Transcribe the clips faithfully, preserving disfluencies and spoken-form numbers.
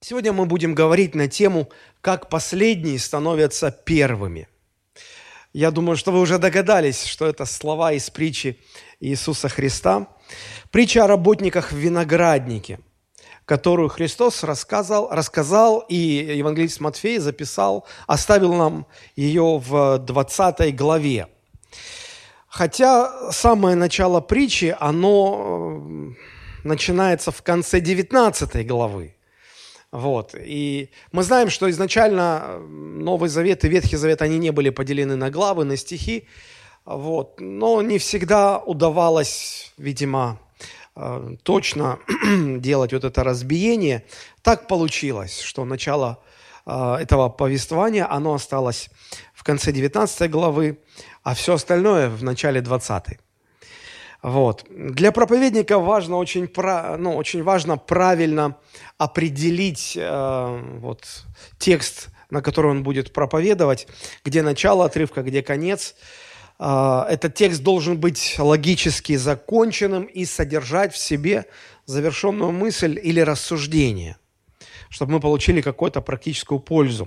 Сегодня мы будем говорить на тему, как последние становятся первыми. Я думаю, что вы уже догадались, что это слова из притчи Иисуса Христа. Притча о работниках в винограднике, которую Христос рассказал, рассказал, и евангелист Матфей записал, оставил нам ее в двадцатой главе. Хотя самое начало притчи, оно начинается в конце девятнадцатой главы. Вот. И мы знаем, что изначально Новый Завет и Ветхий Завет, они не были поделены на главы, на стихи, вот. Но не всегда удавалось, видимо, точно делать вот это разбиение. Так получилось, что начало этого повествования, оно осталось в конце девятнадцатой главы, а все остальное в начале двадцатой. Вот. Для проповедника важно очень, ну, очень важно правильно определить э, вот, текст, на который он будет проповедовать, где начало отрывка, где конец. Э, этот текст должен быть логически законченным и содержать в себе завершенную мысль или рассуждение, чтобы мы получили какую-то практическую пользу.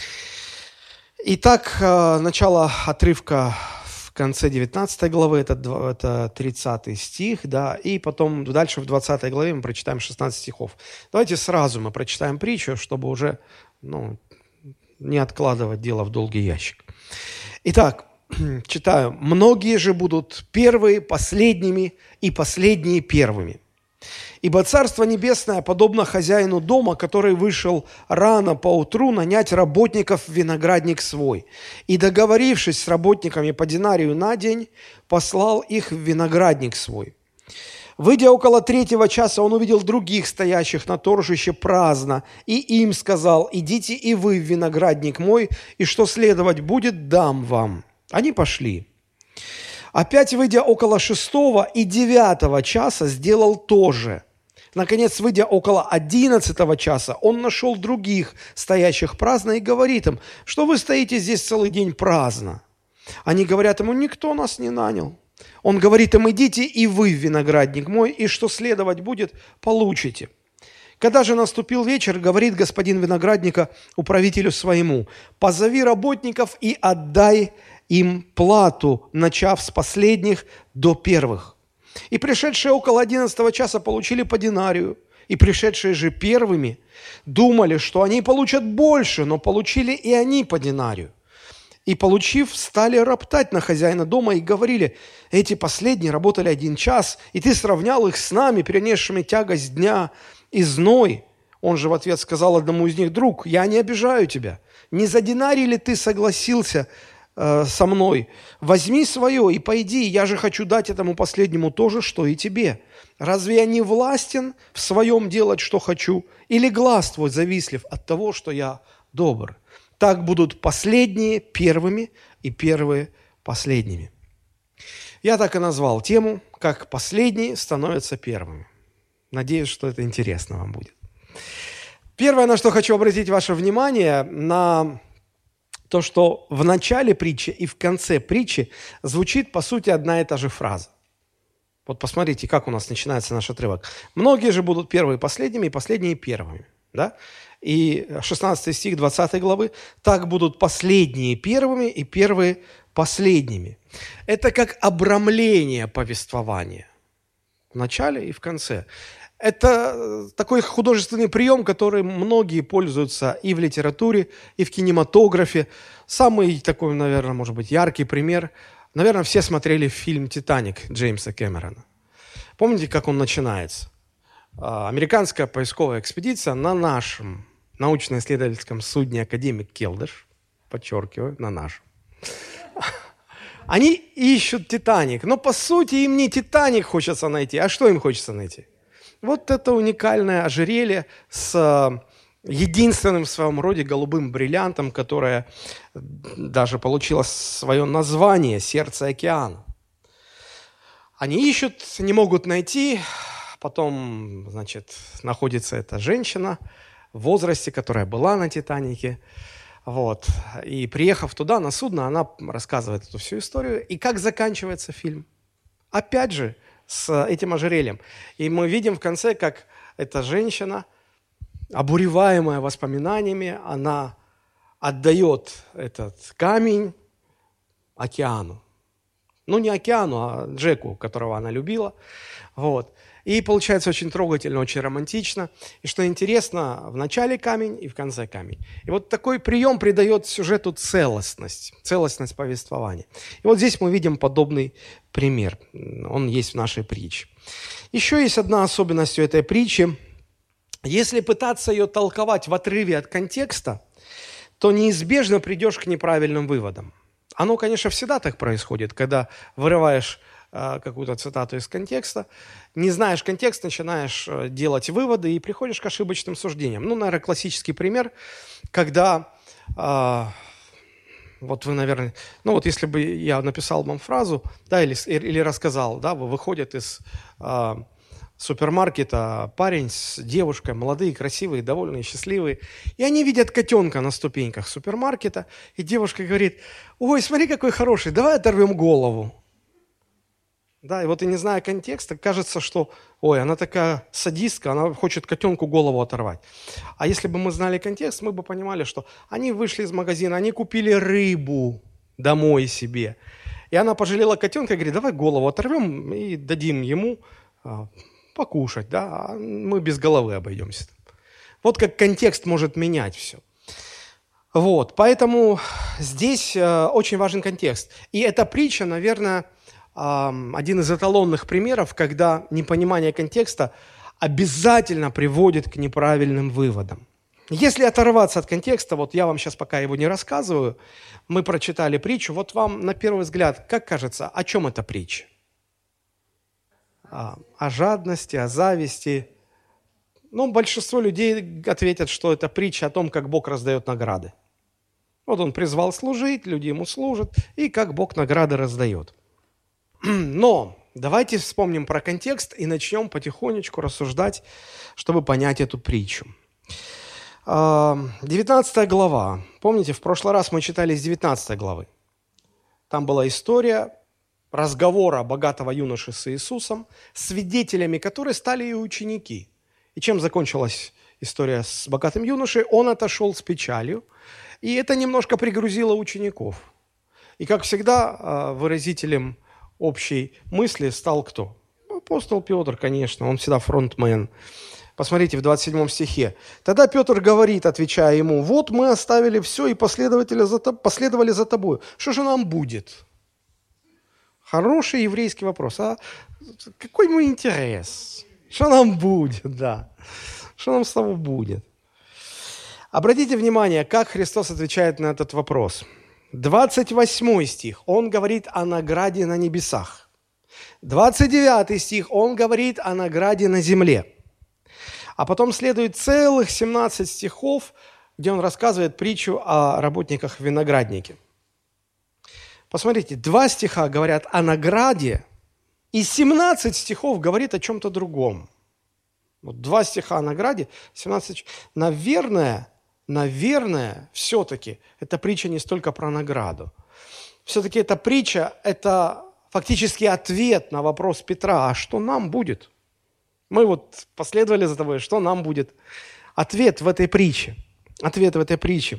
Итак, э, начало отрывка в конце девятнадцатой главы, это, это тридцатый стих, да, и потом дальше в двадцатой главе мы прочитаем шестнадцать стихов. Давайте сразу мы прочитаем притчу, чтобы уже ну, не откладывать дело в долгий ящик. Итак, читаю. «Многие же будут первые последними, и последние первыми. Ибо Царство Небесное подобно хозяину дома, который вышел рано поутру нанять работников в виноградник свой, и, договорившись с работниками по динарию на день, послал их в виноградник свой. Выйдя около третьего часа, он увидел других, стоящих на торжище праздно, и им сказал: идите и вы в виноградник мой, и что следовать будет, дам вам. Они пошли. Опять, выйдя около шестого и девятого часа, сделал то же. Наконец, выйдя около одиннадцатого часа, он нашел других, стоящих праздно, и говорит им: что вы стоите здесь целый день праздно? Они говорят ему: никто нас не нанял. Он говорит им: идите и вы в виноградник мой, и что следовать будет, получите. Когда же наступил вечер, говорит господин виноградника управителю своему: позови работников и отдай им плату, начав с последних до первых. И пришедшие около одиннадцатого часа получили по динарию, и пришедшие же первыми думали, что они получат больше, но получили и они по динарию. И, получив, стали роптать на хозяина дома и говорили: эти последние работали один час, и ты сравнял их с нами, перенесшими тягость дня и зной. Он же в ответ сказал одному из них: друг, я не обижаю тебя. Не за динарий ли ты согласился со мной? Возьми свое и пойди, я же хочу дать этому последнему то же, что и тебе. Разве я не властен в своем делать, что хочу? Или глаз твой завистлив от того, что я добр? Так будут последние первыми и первые последними». Я так и назвал тему, как последние становятся первыми. Надеюсь, что это интересно вам будет. Первое, на что хочу обратить ваше внимание, на то, что в начале притчи и в конце притчи звучит, по сути, одна и та же фраза. Вот посмотрите, как у нас начинается наш отрывок. «Многие же будут первые последними, и последние первыми». Да? И шестнадцатый стих двадцатой главы: «Так будут последние первыми, и первые последними». Это как обрамление повествования в начале и в конце. Это такой художественный прием, который многие пользуются и в литературе, и в кинематографе. Самый такой, наверное, может быть, яркий пример. Наверное, все смотрели фильм «Титаник» Джеймса Кэмерона. Помните, как он начинается? Американская поисковая экспедиция на нашем научно-исследовательском судне «Академик Келдыш», подчеркиваю, на нашем, они ищут «Титаник». Но, по сути, им не «Титаник» хочется найти. А что им хочется найти? Вот это уникальное ожерелье с единственным в своем роде голубым бриллиантом, которое даже получило свое название «Сердце океана». Они ищут, не могут найти. Потом, значит, находится эта женщина в возрасте, которая была на «Титанике». Вот. И приехав туда, на судно, она рассказывает эту всю историю. И как заканчивается фильм? Опять же, с этим ожерельем. И мы видим в конце, как эта женщина обуреваемая воспоминаниями, она отдает этот камень океану. Ну, не океану, а Джеку, которого она любила. Вот. И получается очень трогательно, очень романтично. И что интересно, в начале камень и в конце камень. И вот такой прием придает сюжету целостность, целостность повествования. И вот здесь мы видим подобный пример. Он есть в нашей притче. Еще есть одна особенность у этой притчи. Если пытаться ее толковать в отрыве от контекста, то неизбежно придешь к неправильным выводам. Оно, конечно, всегда так происходит, когда вырываешь э, какую-то цитату из контекста, не знаешь контекст, начинаешь э, делать выводы и приходишь к ошибочным суждениям. Ну, наверное, классический пример, когда, э, вот вы, наверное, ну вот если бы я написал вам фразу, да, или, или рассказал, да, выходят из э, супермаркета парень с девушкой, молодые, красивые, довольные, счастливые. И они видят котенка на ступеньках супермаркета, и девушка говорит: ой, смотри, какой хороший, давай оторвем голову. Да, и вот и не зная контекста, кажется, что, ой, она такая садистка, она хочет котенку голову оторвать. А если бы мы знали контекст, мы бы понимали, что они вышли из магазина, они купили рыбу домой себе. И она пожалела котенка и говорит: давай голову оторвем и дадим ему покушать, да, а мы без головы обойдемся. Вот как контекст может менять все. Вот, поэтому здесь э, очень важен контекст. И эта притча, наверное, э, один из эталонных примеров, когда непонимание контекста обязательно приводит к неправильным выводам. Если оторваться от контекста, вот я вам сейчас пока его не рассказываю, мы прочитали притчу, вот вам на первый взгляд, как кажется, о чем эта притча? О жадности, о зависти. Ну, большинство людей ответят, что это притча о том, как Бог раздает награды. Вот он призвал служить, люди ему служат, и как Бог награды раздает. Но давайте вспомним про контекст и начнем потихонечку рассуждать, чтобы понять эту притчу. девятнадцатая глава. Помните, в прошлый раз мы читали с девятнадцатой главы. Там была история разговора богатого юноши с Иисусом, свидетелями которой стали и ученики. И чем закончилась история с богатым юношей? Он отошел с печалью, и это немножко пригрузило учеников. И, как всегда, выразителем общей мысли стал кто? Апостол Петр, конечно, он всегда фронтмен. Посмотрите, в двадцать седьмом стихе. «Тогда Петр говорит, отвечая ему: вот мы оставили все и последовали за, последовали за тобою. Что же нам будет?» Хороший еврейский вопрос. А какой мой интерес? Что нам будет? Да. Что нам с того будет? Обратите внимание, как Христос отвечает на этот вопрос. двадцать восьмой стих. Он говорит о награде на небесах. двадцать девятый стих. Он говорит о награде на земле. А потом следует целых семнадцать стихов, где он рассказывает притчу о работниках в винограднике. Посмотрите, два стиха говорят о награде, и семнадцать стихов говорит о чем-то другом. Вот два стиха о награде, семнадцать... Наверное, наверное, все-таки эта притча не столько про награду. Все-таки эта притча – это фактически ответ на вопрос Петра: а что нам будет? Мы вот последовали за тобой, что нам будет? Ответ в этой притче. Ответ в этой притче.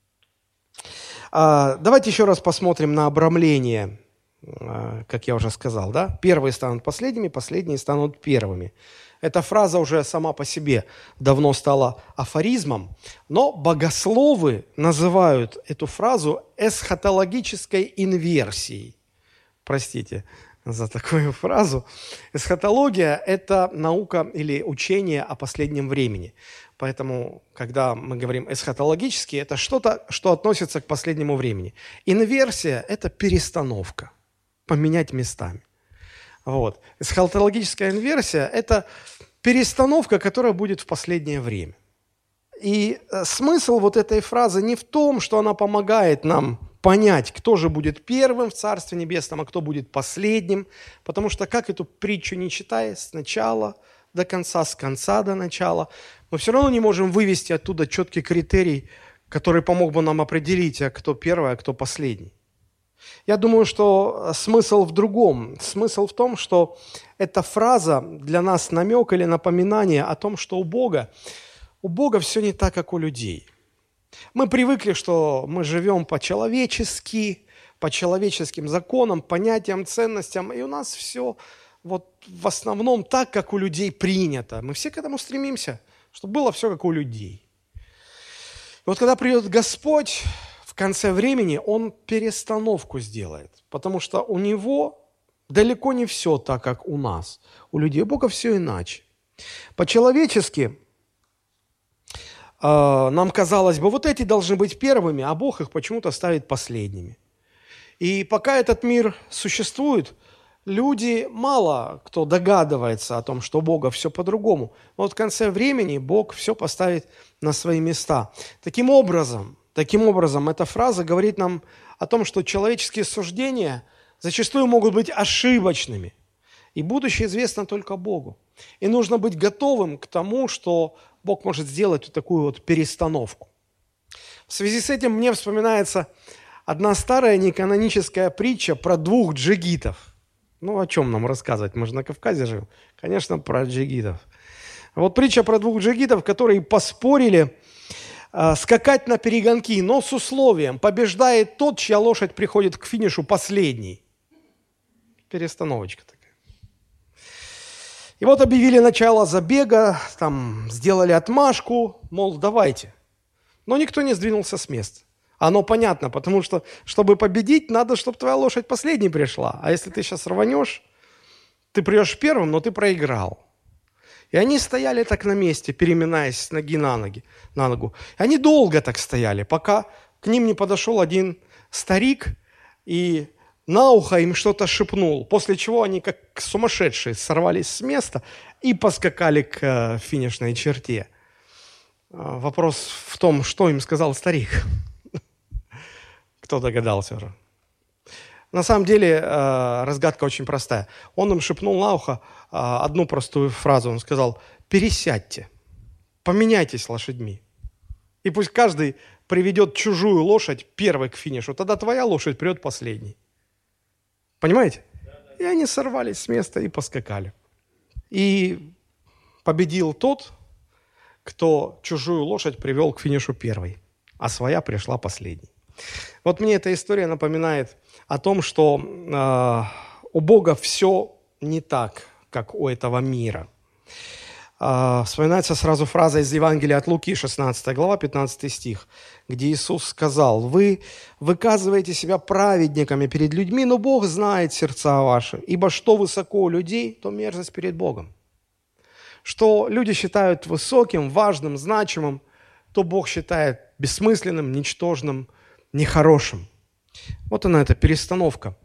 Давайте еще раз посмотрим на обрамление, как я уже сказал, да? Первые станут последними, последние станут первыми. Эта фраза уже сама по себе давно стала афоризмом, но богословы называют эту фразу эсхатологической инверсией. Простите за такую фразу. Эсхатология – это наука или учение о последнем времени. Поэтому, когда мы говорим эсхатологически, это что-то, что относится к последнему времени. Инверсия – это перестановка, поменять местами. Вот. Эсхатологическая инверсия – это перестановка, которая будет в последнее время. И смысл вот этой фразы не в том, что она помогает нам понять, кто же будет первым в Царстве Небесном, а кто будет последним. Потому что как эту притчу не читая, с начала до конца, с конца до начала, мы все равно не можем вывести оттуда четкий критерий, который помог бы нам определить, а кто первый, а кто последний. Я думаю, что смысл в другом. Смысл в том, что эта фраза для нас намек или напоминание о том, что у Бога У Бога все не так, как у людей. Мы привыкли, что мы живем по-человечески, по человеческим законам, понятиям, ценностям, и у нас все вот в основном так, как у людей принято. Мы все к этому стремимся, чтобы было все, как у людей. И вот когда придет Господь в конце времени, Он перестановку сделает, потому что у Него далеко не все так, как у нас. У людей у Бога все иначе. По-человечески э, нам казалось бы, вот эти должны быть первыми, а Бог их почему-то ставит последними. И пока этот мир существует, люди мало кто догадывается о том, что у Бога все по-другому. Но вот в конце времени Бог все поставит на свои места. Таким образом, таким образом, эта фраза говорит нам о том, что человеческие суждения зачастую могут быть ошибочными. И будущее известно только Богу. И нужно быть готовым к тому, что Бог может сделать вот такую вот перестановку. В связи с этим мне вспоминается одна старая неканоническая притча про двух джигитов. Ну, о чем нам рассказывать? Мы же на Кавказе живем. Конечно, про джигитов. Вот притча про двух джигитов, которые поспорили э, скакать на перегонки, но с условием: побеждает тот, чья лошадь приходит к финишу последней. Перестановочка такая. И вот объявили начало забега, там сделали отмашку, мол, давайте. Но никто не сдвинулся с места. Оно понятно, потому что, чтобы победить, надо, чтобы твоя лошадь последней пришла. А если ты сейчас рванешь, ты придешь первым, но ты проиграл. И они стояли так на месте, переминаясь с ноги на, ноги, на ногу. И они долго так стояли, пока к ним не подошел один старик и на ухо им что-то шепнул, после чего они как сумасшедшие сорвались с места и поскакали к финишной черте. Вопрос в том, что им сказал старик. Кто догадался уже? На самом деле разгадка очень простая. Он им шепнул на ухо одну простую фразу. Он сказал: пересядьте, поменяйтесь лошадьми. И пусть каждый приведет чужую лошадь первой к финишу. Тогда твоя лошадь придет последней. Понимаете? И они сорвались с места и поскакали. И победил тот, кто чужую лошадь привел к финишу первой, а своя пришла последней. Вот мне эта история напоминает о том, что э, у Бога все не так, как у этого мира. Э, вспоминается сразу фраза из Евангелия от Луки, шестнадцатая глава, пятнадцатый стих, где Иисус сказал: «Вы выказываете себя праведниками перед людьми, но Бог знает сердца ваши, ибо что высоко у людей, то мерзость перед Богом». Что люди считают высоким, важным, значимым, то Бог считает бессмысленным, ничтожным, нехорошим. Вот она, эта перестановка.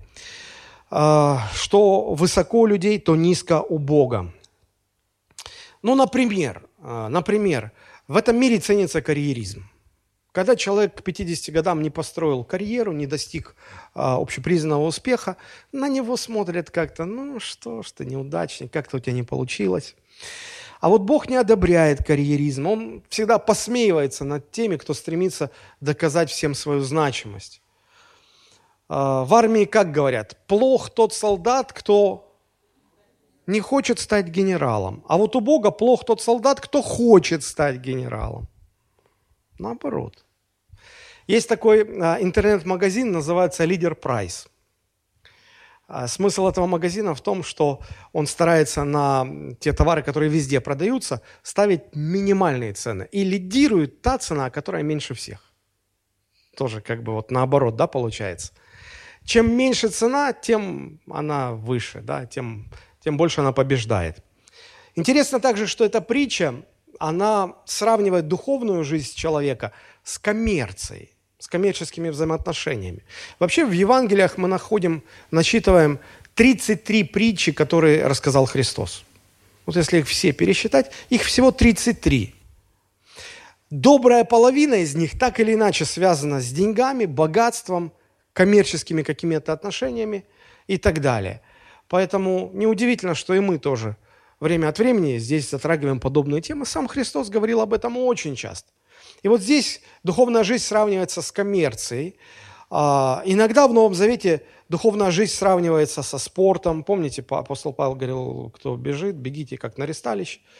Что высоко у людей, то низко у Бога. Ну, например, например, в этом мире ценится карьеризм. Когда человек к пятидесяти годам не построил карьеру, не достиг а, общепризнанного успеха, на него смотрят как-то: ну что ж ты, неудачник, как-то у тебя не получилось. А вот Бог не одобряет карьеризм. Он всегда посмеивается над теми, кто стремится доказать всем свою значимость. А, в армии как говорят: плох тот солдат, кто не хочет стать генералом. А вот у Бога плох тот солдат, кто хочет стать генералом. Наоборот. Есть такой а, интернет-магазин, называется Leader Price. А, смысл этого магазина в том, что он старается на те товары, которые везде продаются, ставить минимальные цены. И лидирует та цена, которая меньше всех. Тоже как бы вот наоборот, да, получается. Чем меньше цена, тем она выше, да, тем, тем больше она побеждает. Интересно также, что эта притча, она сравнивает духовную жизнь человека с коммерцией, с коммерческими взаимоотношениями. Вообще в Евангелиях мы находим, насчитываем тридцать три притчи, которые рассказал Христос. Вот если их все пересчитать, их всего тридцать три. Добрая половина из них так или иначе связана с деньгами, богатством, коммерческими какими-то отношениями и так далее. Поэтому неудивительно, что и мы тоже время от времени здесь затрагиваем подобные темы. Сам Христос говорил об этом очень часто. И вот здесь духовная жизнь сравнивается с коммерцией. А, иногда в Новом Завете духовная жизнь сравнивается со спортом. Помните, апостол Павел говорил: кто бежит, бегите как на ресталище.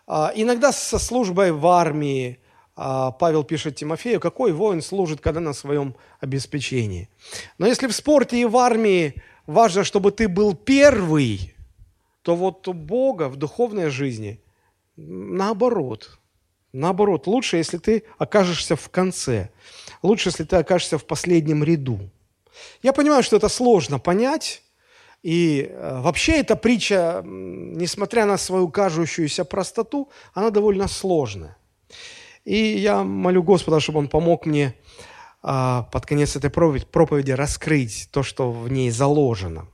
А, иногда со службой в армии а, Павел пишет Тимофею, какой воин служит, когда на своем обеспечении. Но если в спорте и в армии важно, чтобы ты был первый, то вот у Бога в духовной жизни наоборот. Наоборот, лучше, если ты окажешься в конце. Лучше, если ты окажешься в последнем ряду. Я понимаю, что это сложно понять. И э, вообще эта притча, несмотря на свою кажущуюся простоту, она довольно сложная. И я молю Господа, чтобы Он помог мне э, под конец этой проповеди, проповеди раскрыть то, что в ней заложено.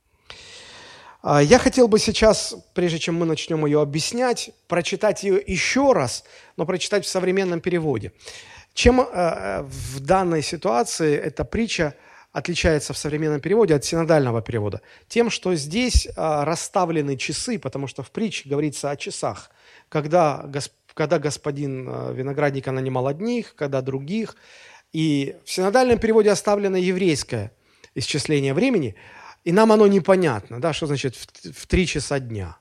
Э, я хотел бы сейчас, прежде чем мы начнем ее объяснять, прочитать ее еще раз, но прочитать в современном переводе. Чем э, в данной ситуации эта притча отличается в современном переводе от синодального перевода? Тем, что здесь а, расставлены часы, потому что в притче говорится о часах, когда, госп... когда господин а, виноградника нанимал одних, когда других. И в синодальном переводе оставлено еврейское исчисление времени, и нам оно непонятно, да, что значит в, в три часа дня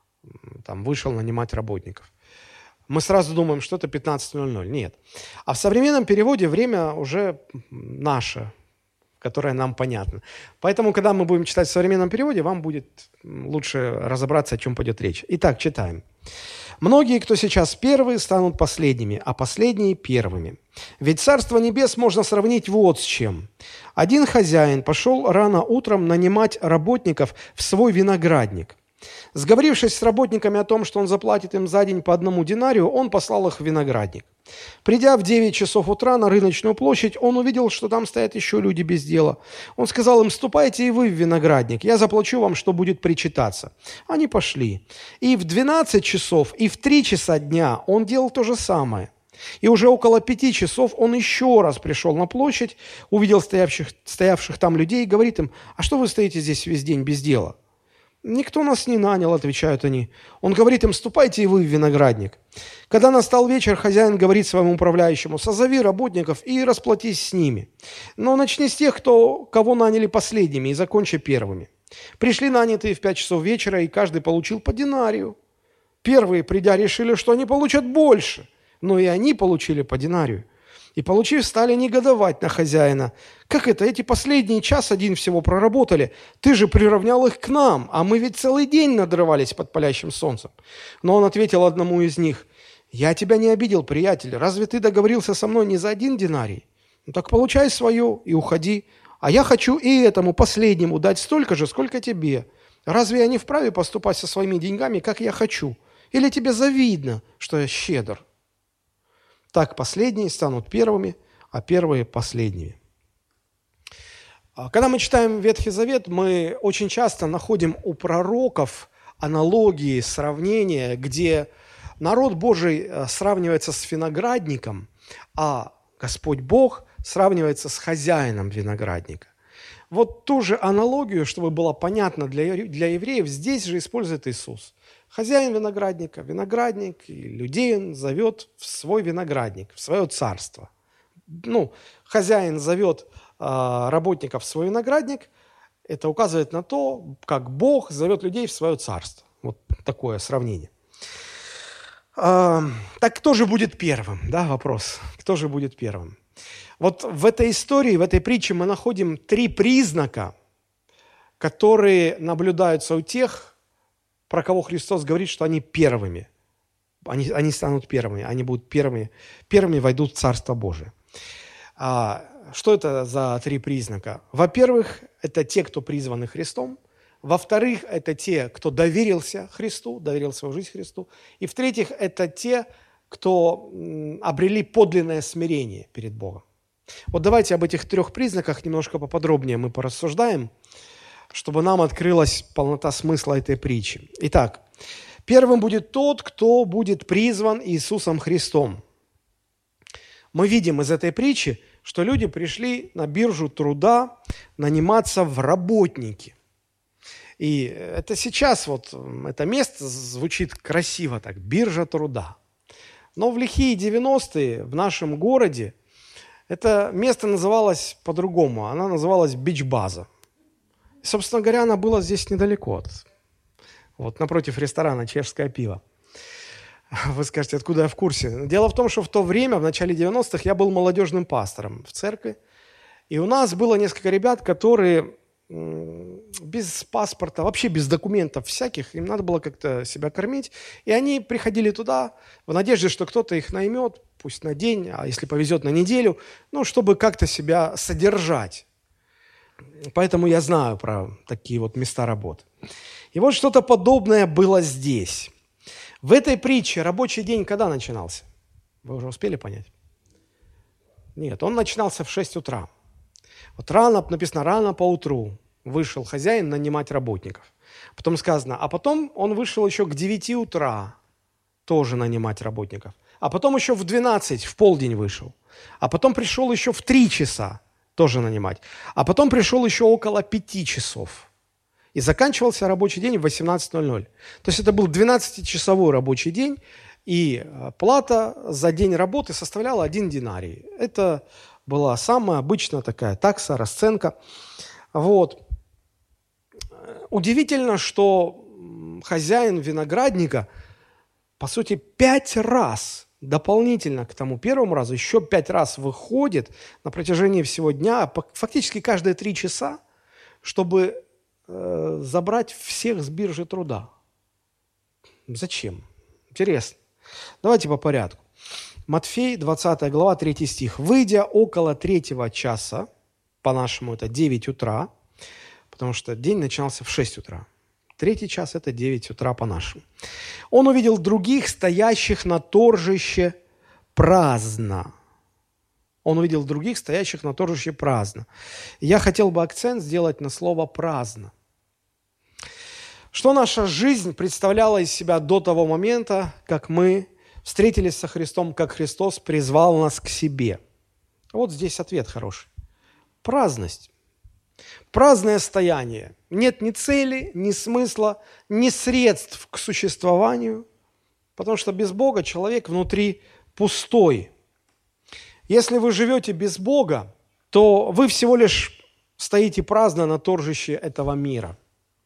там, вышел нанимать работников. Мы сразу думаем, что это пятнадцать ноль ноль. Нет. А в современном переводе время уже наше, которое нам понятно. Поэтому, когда мы будем читать в современном переводе, вам будет лучше разобраться, о чем пойдет речь. Итак, читаем. «Многие, кто сейчас первые, станут последними, а последние – первыми. Ведь Царство Небес можно сравнить вот с чем. Один хозяин пошел рано утром нанимать работников в свой виноградник. Сговорившись с работниками о том, что он заплатит им за день по одному динарию, он послал их в виноградник. Придя в девять часов утра на рыночную площадь, он увидел, что там стоят еще люди без дела. Он сказал им: «Ступайте и вы в виноградник, я заплачу вам, что будет причитаться». Они пошли. И в двенадцать часов, и в три часа дня он делал то же самое. И уже около пяти часов он еще раз пришел на площадь, увидел стоявших, стоявших там людей и говорит им: «А что вы стоите здесь весь день без дела?» «Никто нас не нанял», — отвечают они. Он говорит им: «Ступайте и вы в виноградник». Когда настал вечер, хозяин говорит своему управляющему: «Созови работников и расплатись с ними. Но начни с тех, кто, кого наняли последними, и закончи первыми». Пришли нанятые в пять часов вечера, и каждый получил по динарию. Первые, придя, решили, что они получат больше, но и они получили по динарию. И, получив, стали негодовать на хозяина. «Как это? Эти последние час один всего проработали. Ты же приравнял их к нам, а мы ведь целый день надрывались под палящим солнцем». Но он ответил одному из них: «Я тебя не обидел, приятель. Разве ты договорился со мной не за один динарий? Ну так получай свое и уходи. А я хочу и этому последнему дать столько же, сколько тебе. Разве я не вправе поступать со своими деньгами, как я хочу? Или тебе завидно, что я щедр?» Так последние станут первыми, а первые – последними. Когда мы читаем Ветхий Завет, мы очень часто находим у пророков аналогии, сравнения, где народ Божий сравнивается с виноградником, а Господь Бог сравнивается с хозяином виноградника. Вот ту же аналогию, чтобы было понятно для, для евреев, здесь же использует Иисус. Хозяин виноградника, виноградник, и людей он зовет в свой виноградник, в свое царство. Ну, хозяин зовет э, работников в свой виноградник, это указывает на то, как Бог зовет людей в свое царство. Вот такое сравнение. Э, так кто же будет первым? Да, вопрос. Кто же будет первым? Вот в этой истории, в этой притче мы находим три признака, которые наблюдаются у тех, про кого Христос говорит, что они первыми. Они, они станут первыми, они будут первыми, первыми войдут в Царство Божие. А, что это за три признака? Во-первых, это те, кто призваны Христом. Во-вторых, это те, кто доверился Христу, доверил свою жизнь Христу. И в-третьих, это те, кто м, обрели подлинное смирение перед Богом. Вот давайте об этих трех признаках немножко поподробнее мы порассуждаем, чтобы нам открылась полнота смысла этой притчи. Итак, первым будет тот, кто будет призван Иисусом Христом. Мы видим из этой притчи, что люди пришли на биржу труда наниматься в работники. И это сейчас вот, это место звучит красиво так, биржа труда. Но в лихие девяностые в нашем городе это место называлось по-другому, она называлась бич-база. Собственно говоря, она была здесь недалеко, вот напротив ресторана «Чешское пиво». Вы скажете, откуда я в курсе? Дело в том, что в то время, в начале девяностых, я был молодежным пастором в церкви. И у нас было несколько ребят, которые м, без паспорта, вообще без документов всяких, им надо было как-то себя кормить. И они приходили туда в надежде, что кто-то их наймет, пусть на день, а если повезет, на неделю, ну, чтобы как-то себя содержать. Поэтому я знаю про такие вот места работы. И вот что-то подобное было здесь. В этой притче рабочий день когда начинался? Вы уже успели понять? Нет, он начинался в шесть утра. Вот рано, написано, рано поутру вышел хозяин нанимать работников. Потом сказано, а потом он вышел еще к девяти утра тоже нанимать работников. А потом еще в двенадцать, в полдень вышел. А потом пришел еще в три часа тоже нанимать. А потом пришел еще около пяти часов. И заканчивался рабочий день в восемнадцать ноль ноль. То есть это был двенадцатичасовой рабочий день, и плата за день работы составляла один динарий. Это была самая обычная такая такса, расценка. Вот. Удивительно, что хозяин виноградника, по сути, пять раз дополнительно к тому первому разу, еще пять раз выходит на протяжении всего дня, фактически каждые три часа, чтобы э, забрать всех с биржи труда. Зачем? Интересно. Давайте по порядку. Матфей, двадцатая глава, третий стих. «Выйдя около третьего часа, по-нашему это девять утра, потому что день начинался в шесть утра. Третий час – это девять утра по-нашему. Он увидел других, стоящих на торжище праздно». Он увидел других, стоящих на торжище праздно. Я хотел бы акцент сделать на слово «праздно». Что наша жизнь представляла из себя до того момента, как мы встретились со Христом, как Христос призвал нас к себе? Вот здесь ответ хороший. Праздность. Праздное стояние. Нет ни цели, ни смысла, ни средств к существованию, потому что без Бога человек внутри пустой. Если вы живете без Бога, то вы всего лишь стоите праздно на торжище этого мира,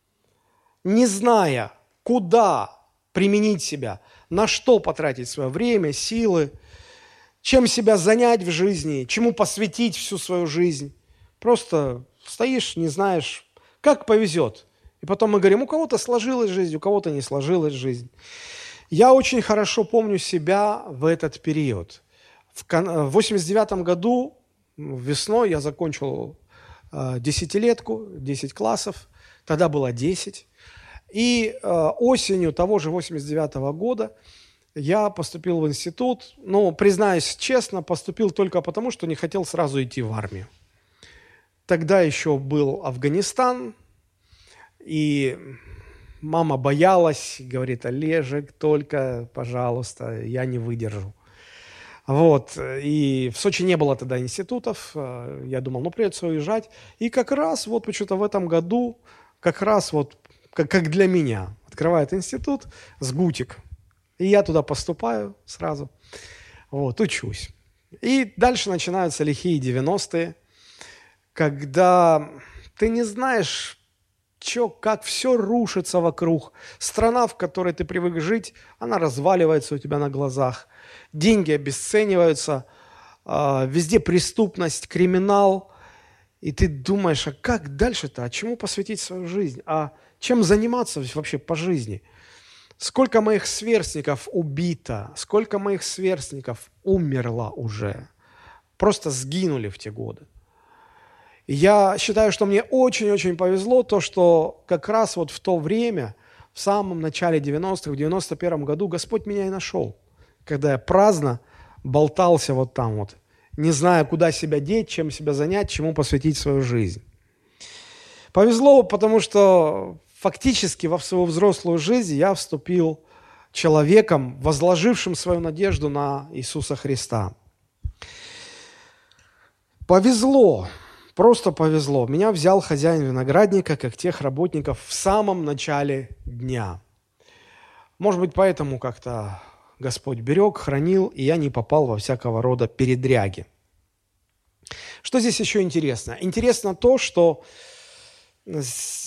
не зная, куда применить себя, на что потратить свое время, силы, чем себя занять в жизни, чему посвятить всю свою жизнь. Просто стоишь, не знаешь, как повезет. И потом мы говорим, у кого-то сложилась жизнь, у кого-то не сложилась жизнь. Я очень хорошо помню себя в этот период. В восемьдесят девятом году весной я закончил десятилетку, десять классов, тогда было десять. И осенью того же восемьдесят девятого года я поступил в институт. Ну, признаюсь честно, поступил только потому, что не хотел сразу идти в армию. Тогда еще был Афганистан, и мама боялась, говорит, Олежек, только, пожалуйста, я не выдержу. Вот, и в Сочи не было тогда институтов, я думал, ну, придется уезжать. И как раз вот почему-то в этом году, как раз вот, как, как для меня, открывает институт СГУТик, и я туда поступаю сразу, вот, учусь. И дальше начинаются лихие девяностые, когда ты не знаешь, чё, как все рушится вокруг. Страна, в которой ты привык жить, она разваливается у тебя на глазах. Деньги обесцениваются, э, везде преступность, криминал. И ты думаешь, а как дальше-то? А чему посвятить свою жизнь? А чем заниматься вообще по жизни? Сколько моих сверстников убито, сколько моих сверстников умерло уже. Просто сгинули в те годы. Я считаю, что мне очень-очень повезло то, что как раз вот в то время, в самом начале девяностых, в девяносто первом году Господь меня и нашел, когда я праздно болтался вот там вот, не зная, куда себя деть, чем себя занять, чему посвятить свою жизнь. Повезло, потому что фактически во свою взрослую жизнь я вступил человеком, возложившим свою надежду на Иисуса Христа. Повезло. Просто повезло. Меня взял хозяин виноградника, как тех работников, в самом начале дня. Может быть, поэтому как-то Господь берег, хранил, и я не попал во всякого рода передряги. Что здесь еще интересно? Интересно то, что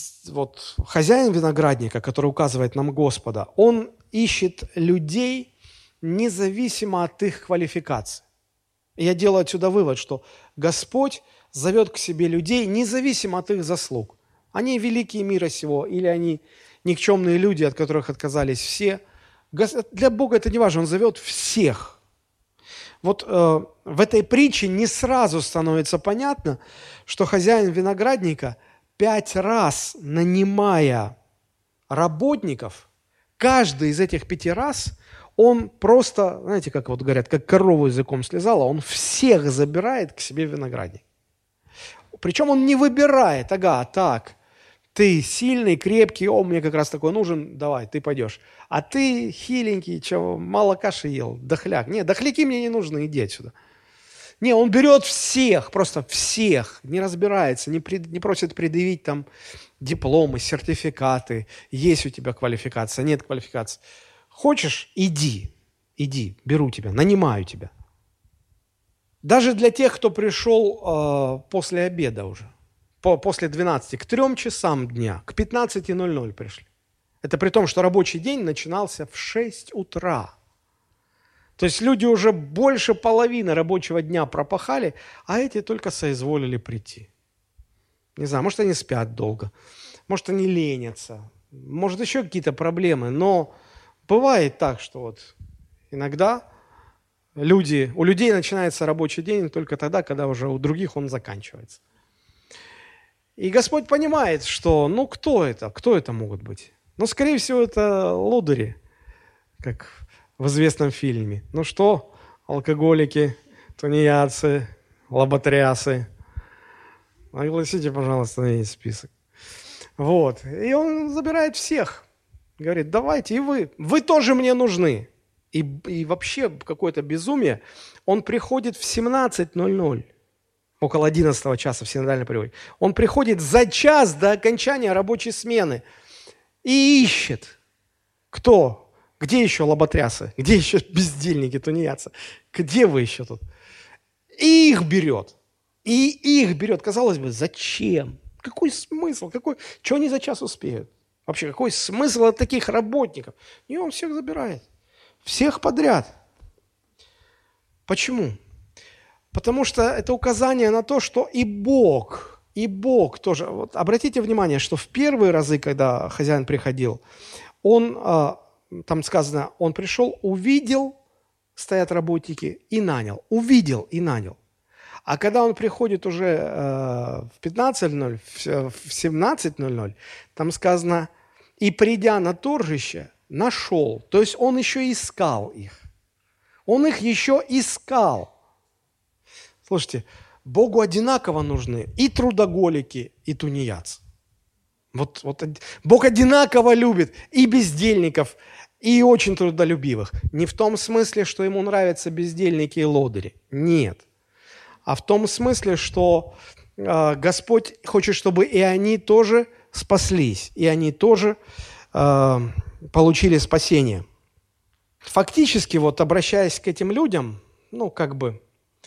вот хозяин виноградника, который указывает нам Господа, он ищет людей, независимо от их квалификации. И я делаю отсюда вывод, что Господь зовет к себе людей независимо от их заслуг. Они великие мира сего, или они никчемные люди, от которых отказались все. Для Бога это не важно, Он зовет всех. Вот э, в этой притче не сразу становится понятно, что хозяин виноградника, пять раз нанимая работников, каждый из этих пяти раз, он просто, знаете, как вот говорят, как корову языком слезала, он всех забирает к себе в виноградник. Причем он не выбирает, ага, так, ты сильный, крепкий, о, мне как раз такой нужен, давай, ты пойдешь. А ты хиленький, чего, мало каши ел, дохляк. Нет, дохляки мне не нужны, иди отсюда. Не, он берет всех, просто всех, не разбирается, не, пред, не просит предъявить там дипломы, сертификаты, есть у тебя квалификация, нет квалификации. Хочешь, иди, иди, беру тебя, нанимаю тебя. Даже для тех, кто пришел э, после обеда уже, по, после двенадцати, к трем часам дня, к пятнадцати ноль-ноль пришли. Это при том, что рабочий день начинался в шесть утра. То есть люди уже больше половины рабочего дня пропахали, а эти только соизволили прийти. Не знаю, может, они спят долго, может, они ленятся, может, еще какие-то проблемы, но бывает так, что вот иногда люди, у людей начинается рабочий день только тогда, когда уже у других он заканчивается. И Господь понимает, что, ну, кто это? Кто это могут быть? Ну, скорее всего, это лодыри, как в известном фильме. Ну что, алкоголики, тунеядцы, лоботрясы, огласите, пожалуйста, на весь список. Вот. И он забирает всех. Говорит, давайте и вы. Вы тоже мне нужны. И, и вообще какое-то безумие. Он приходит в семнадцать ноль-ноль. Около одиннадцатого часа в синодальном переводе. Он приходит за час до окончания рабочей смены и ищет. Кто? Где еще лоботрясы? Где еще бездельники, тунеядцы? Где вы еще тут? И их берет. И их берет. Казалось бы, зачем? Какой смысл? Какой... Чего они за час успеют? Вообще, какой смысл от таких работников? И он всех забирает. Всех подряд. Почему? Потому что это указание на то, что и Бог, и Бог тоже. Вот обратите внимание, что в первые разы, когда хозяин приходил, он, там сказано, он пришел, увидел, стоят работники, и нанял. Увидел и нанял. А когда он приходит уже в пятнадцать ноль-ноль, в семнадцать ноль-ноль, там сказано, и придя на торжище, нашел. То есть он еще искал их. Он их еще искал. Слушайте, Богу одинаково нужны и трудоголики, и тунеядцы. Вот, вот Бог одинаково любит и бездельников, и очень трудолюбивых. Не в том смысле, что ему нравятся бездельники и лодыри. Нет. А в том смысле, что э, Господь хочет, чтобы и они тоже спаслись, и они тоже э, получили спасение. Фактически, вот обращаясь к этим людям, ну, как бы,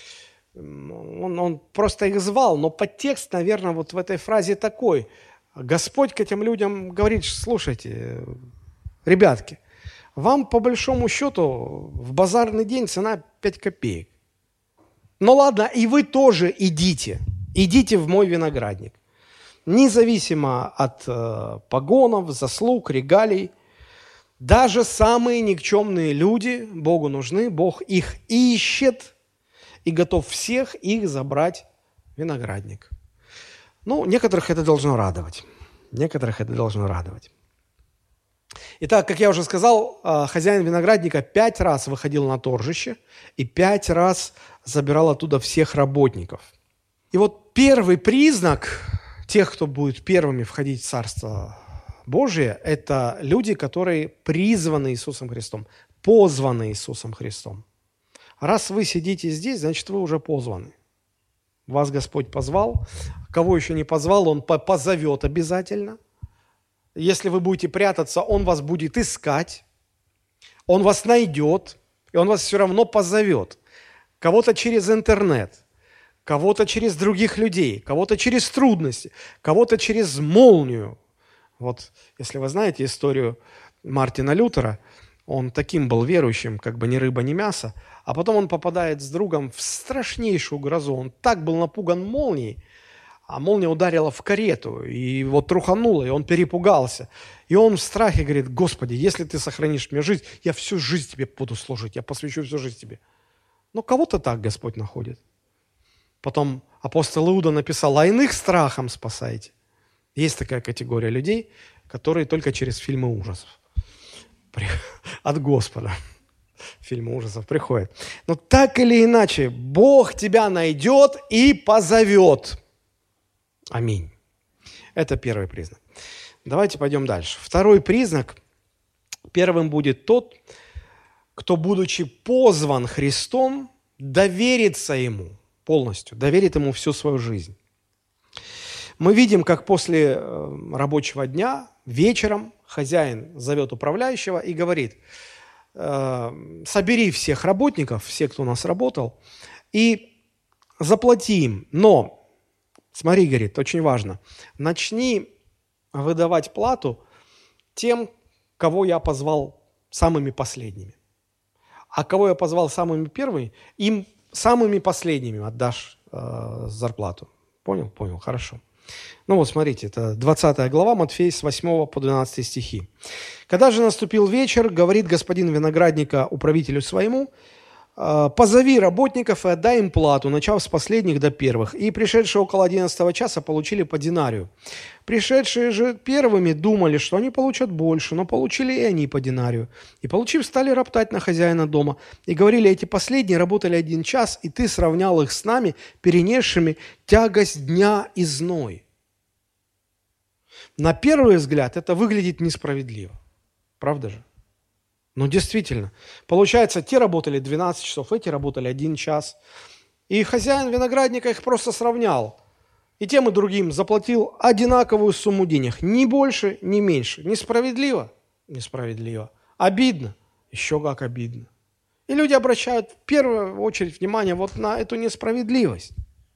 он, он просто их звал, но подтекст, наверное, вот в этой фразе такой. Господь к этим людям говорит, слушайте, ребятки, вам по большому счету в базарный день цена пять копеек. Ну ладно, и вы тоже идите, идите в мой виноградник. Независимо от э, погонов, заслуг, регалий, даже самые никчемные люди Богу нужны, Бог их ищет и готов всех их забрать в виноградник. Ну, некоторых это должно радовать. Некоторых это должно радовать. Итак, как я уже сказал, хозяин виноградника пять раз выходил на торжище и пять раз забирал оттуда всех работников. И вот первый признак тех, кто будет первыми входить в Царство Божие, это люди, которые призваны Иисусом Христом, позваны Иисусом Христом. Раз вы сидите здесь, значит, вы уже позваны. Вас Господь позвал. Кого еще не позвал, Он позовет обязательно. Если вы будете прятаться, Он вас будет искать. Он вас найдет, и Он вас все равно позовет. Кого-то через интернет, кого-то через других людей, кого-то через трудности, кого-то через молнию. Вот, если вы знаете историю Мартина Лютера, Он таким был верующим, как бы ни рыба, ни мясо. А потом он попадает с другом в страшнейшую грозу. Он так был напуган молнией, а молния ударила в карету, и его трухануло, и он перепугался. И он в страхе говорит: Господи, если ты сохранишь мне жизнь, я всю жизнь тебе буду служить, я посвящу всю жизнь тебе. Ну, кого-то так Господь находит. Потом апостол Иуда написал: а иных страхом спасайте. Есть такая категория людей, которые только через фильмы ужасов от Господа фильмы ужасов приходят. Но так или иначе, Бог тебя найдет и позовет. Аминь. Это первый признак. Давайте пойдем дальше. Второй признак. Первым будет тот, кто, будучи позван Христом, доверится Ему полностью, доверит Ему всю свою жизнь. Мы видим, как после рабочего дня вечером хозяин зовет управляющего и говорит: собери всех работников, все, кто у нас работал, и заплати им. Но, смотри, говорит, очень важно, начни выдавать плату тем, кого я позвал самыми последними. А кого я позвал самыми первыми, им самыми последними отдашь э, зарплату. Понял? Понял, хорошо. Ну вот смотрите, это двадцатая глава, Матфея с восьмого по двенадцатый стихи. «Когда же наступил вечер, говорит господин виноградника управителю своему: позови работников и отдай им плату, начав с последних до первых. И пришедшие около одиннадцатого часа получили по динарию. Пришедшие же первыми думали, что они получат больше, но получили и они по динарию. И, получив, стали роптать на хозяина дома. И говорили: эти последние работали один час, и ты сравнял их с нами, перенесшими тягость дня и зной». На первый взгляд это выглядит несправедливо. Правда же? Ну, действительно. Получается, те работали двенадцать часов, эти работали один час. И хозяин виноградника их просто сравнял. И тем и другим заплатил одинаковую сумму денег. Ни больше, ни меньше. Несправедливо? Несправедливо. Обидно? Еще как обидно. И люди обращают в первую очередь внимание вот на эту несправедливость.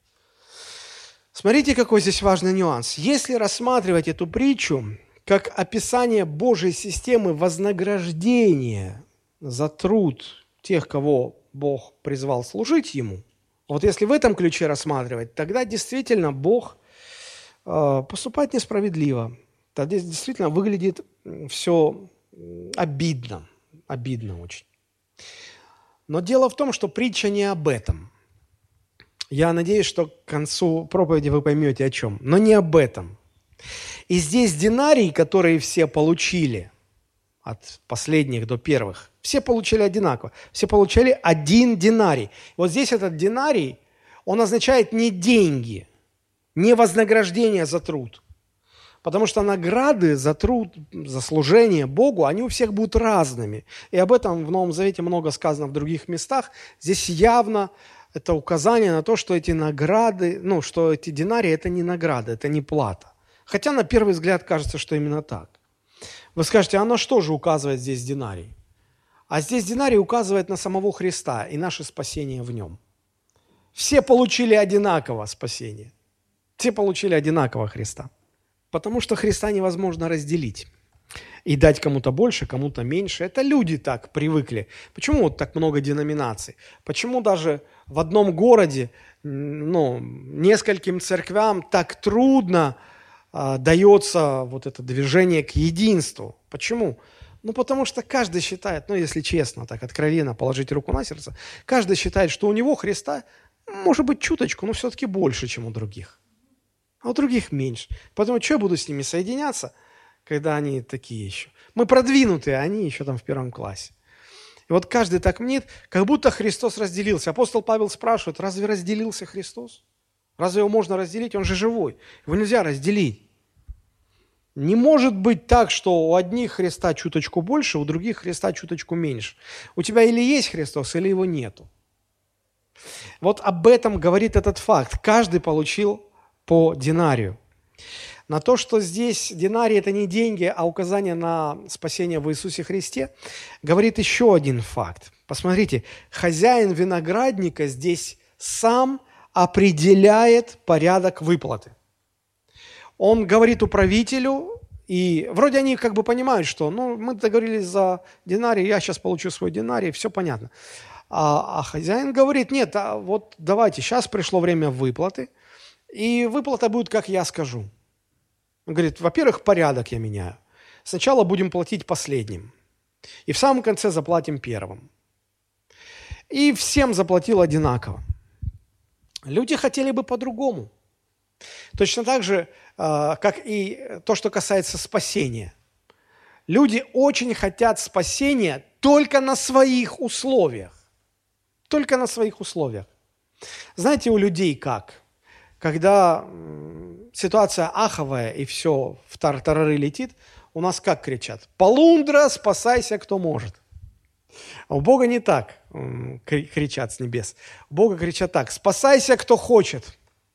Смотрите, какой здесь важный нюанс. Если рассматривать эту притчу как описание Божьей системы вознаграждения за труд тех, кого Бог призвал служить Ему, вот если в этом ключе рассматривать, тогда действительно Бог э, поступает несправедливо. Тогда действительно выглядит все обидно, обидно очень. Но дело в том, что притча не об этом. Я надеюсь, что к концу проповеди вы поймете о чем, но не об этом. И здесь динарий, которые все получили, от последних до первых, все получили одинаково. Все получили один динарий. Вот здесь этот динарий, он означает не деньги, не вознаграждение за труд. Потому что награды за труд, за служение Богу, они у всех будут разными. И об этом в Новом Завете много сказано в других местах. Здесь явно это указание на то, что эти награды, ну, что эти динарии – это не награда, это не плата. Хотя на первый взгляд кажется, что именно так. Вы скажете: а на что же указывает здесь динарий? А здесь динарий указывает на самого Христа и наше спасение в Нем. Все получили одинаково спасение. Все получили одинаково Христа. Потому что Христа невозможно разделить. И дать кому-то больше, кому-то меньше. Это люди так привыкли. Почему вот так много деноминаций? Почему даже в одном городе, ну, нескольким церквям так трудно а, дается вот это движение к единству? Почему? Ну, потому что каждый считает, ну, если честно, так откровенно положить руку на сердце, каждый считает, что у него Христа может быть чуточку, но все-таки больше, чем у других. А у других меньше. Поэтому что я буду с ними соединяться, когда они такие еще? Мы продвинутые, а они еще там в первом классе. И вот каждый так мнит, как будто Христос разделился. Апостол Павел спрашивает: разве разделился Христос? Разве его можно разделить? Он же живой. Его нельзя разделить. Не может быть так, что у одних Христа чуточку больше, у других Христа чуточку меньше. У тебя или есть Христос, или его нету. Вот об этом говорит этот факт. Каждый получил по динарию. На то, что здесь динарий – это не деньги, а указание на спасение в Иисусе Христе, говорит еще один факт. Посмотрите, хозяин виноградника здесь сам определяет порядок выплаты. Он говорит управителю И вроде они как бы понимают, что ну, мы договорились за динарий, я сейчас получу свой динарий, все понятно. А, а хозяин говорит, нет, а вот давайте, сейчас пришло время выплаты, и выплата будет, как я скажу. Он говорит, во-первых, порядок я меняю. Сначала будем платить последним, и в самом конце заплатим первым. И всем заплатил одинаково. Люди хотели бы по-другому. Точно так же, как и то, что касается спасения. Люди очень хотят спасения только на своих условиях. Только на своих условиях. Знаете, у людей как? Когда ситуация аховая и все в тартарары летит, у нас как кричат? Полундра, спасайся, кто может. А у Бога не так кричат с небес. У Бога кричат так: спасайся, кто хочет.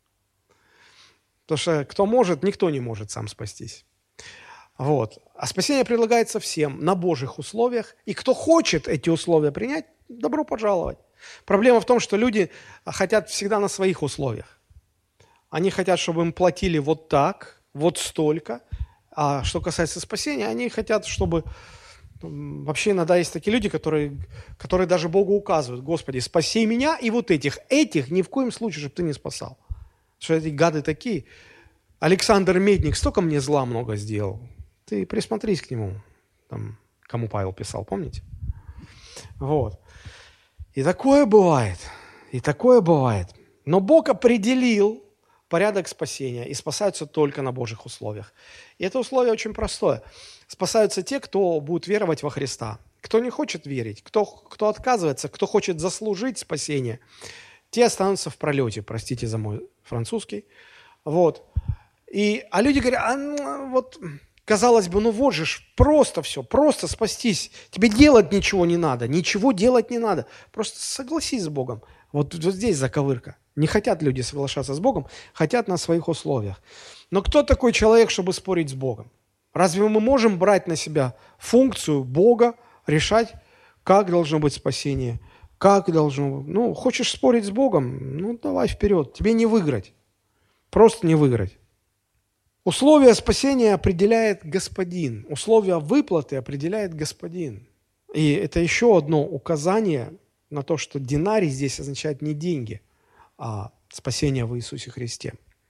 Потому что кто может, никто не может сам спастись. Вот. А спасение предлагается всем на Божьих условиях. И кто хочет эти условия принять, добро пожаловать. Проблема в том, что люди хотят всегда на своих условиях. Они хотят, чтобы им платили вот так, вот столько. А что касается спасения, они хотят, чтобы... Вообще иногда есть такие люди, которые, которые даже Богу указывают: Господи, спаси меня и вот этих. Этих ни в коем случае, чтобы ты не спасал. Что эти гады такие. Александр Медник столько мне зла много сделал. Ты присмотрись к нему. Там, кому Павел писал, помните? Вот. И такое бывает. И такое бывает. Но Бог определил порядок спасения, и спасаются только на Божьих условиях. И это условие очень простое. Спасаются те, кто будет веровать во Христа. Кто не хочет верить, кто, кто отказывается, кто хочет заслужить спасение, те останутся в пролете, простите за мой французский. Вот. И, а люди говорят, а, ну, вот, казалось бы, ну вот же ж, просто все, просто спастись. Тебе делать ничего не надо, ничего делать не надо. Просто согласись с Богом. Вот, вот здесь заковырка. Не хотят люди соглашаться с Богом, хотят на своих условиях. Но кто такой человек, чтобы спорить с Богом? Разве мы можем брать на себя функцию Бога, решать, как должно быть спасение, как должно быть? Ну, хочешь спорить с Богом? Ну, давай вперед. Тебе не выиграть. Просто не выиграть. Условия спасения определяет Господин. Условия выплаты определяет Господин. И это еще одно указание на то, что динарий здесь означает не деньги, а спасение в Иисусе Христе.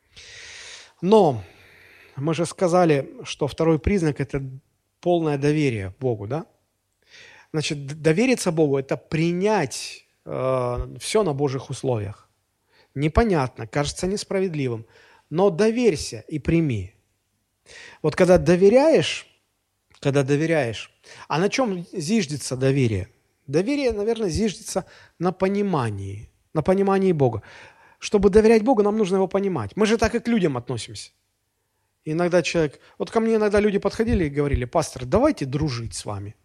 Но мы же сказали, что второй признак – это полное доверие Богу, да? Значит, довериться Богу – это принять э, все на Божьих условиях. Непонятно, кажется несправедливым, но доверься и прими. Вот когда доверяешь, когда доверяешь, а на чем зиждется доверие? Доверие, наверное, зиждется на понимании, на понимании Бога. Чтобы доверять Богу, нам нужно его понимать. Мы же так и к людям относимся. Иногда человек... Вот ко мне иногда люди подходили и говорили: пастор, давайте дружить с вами.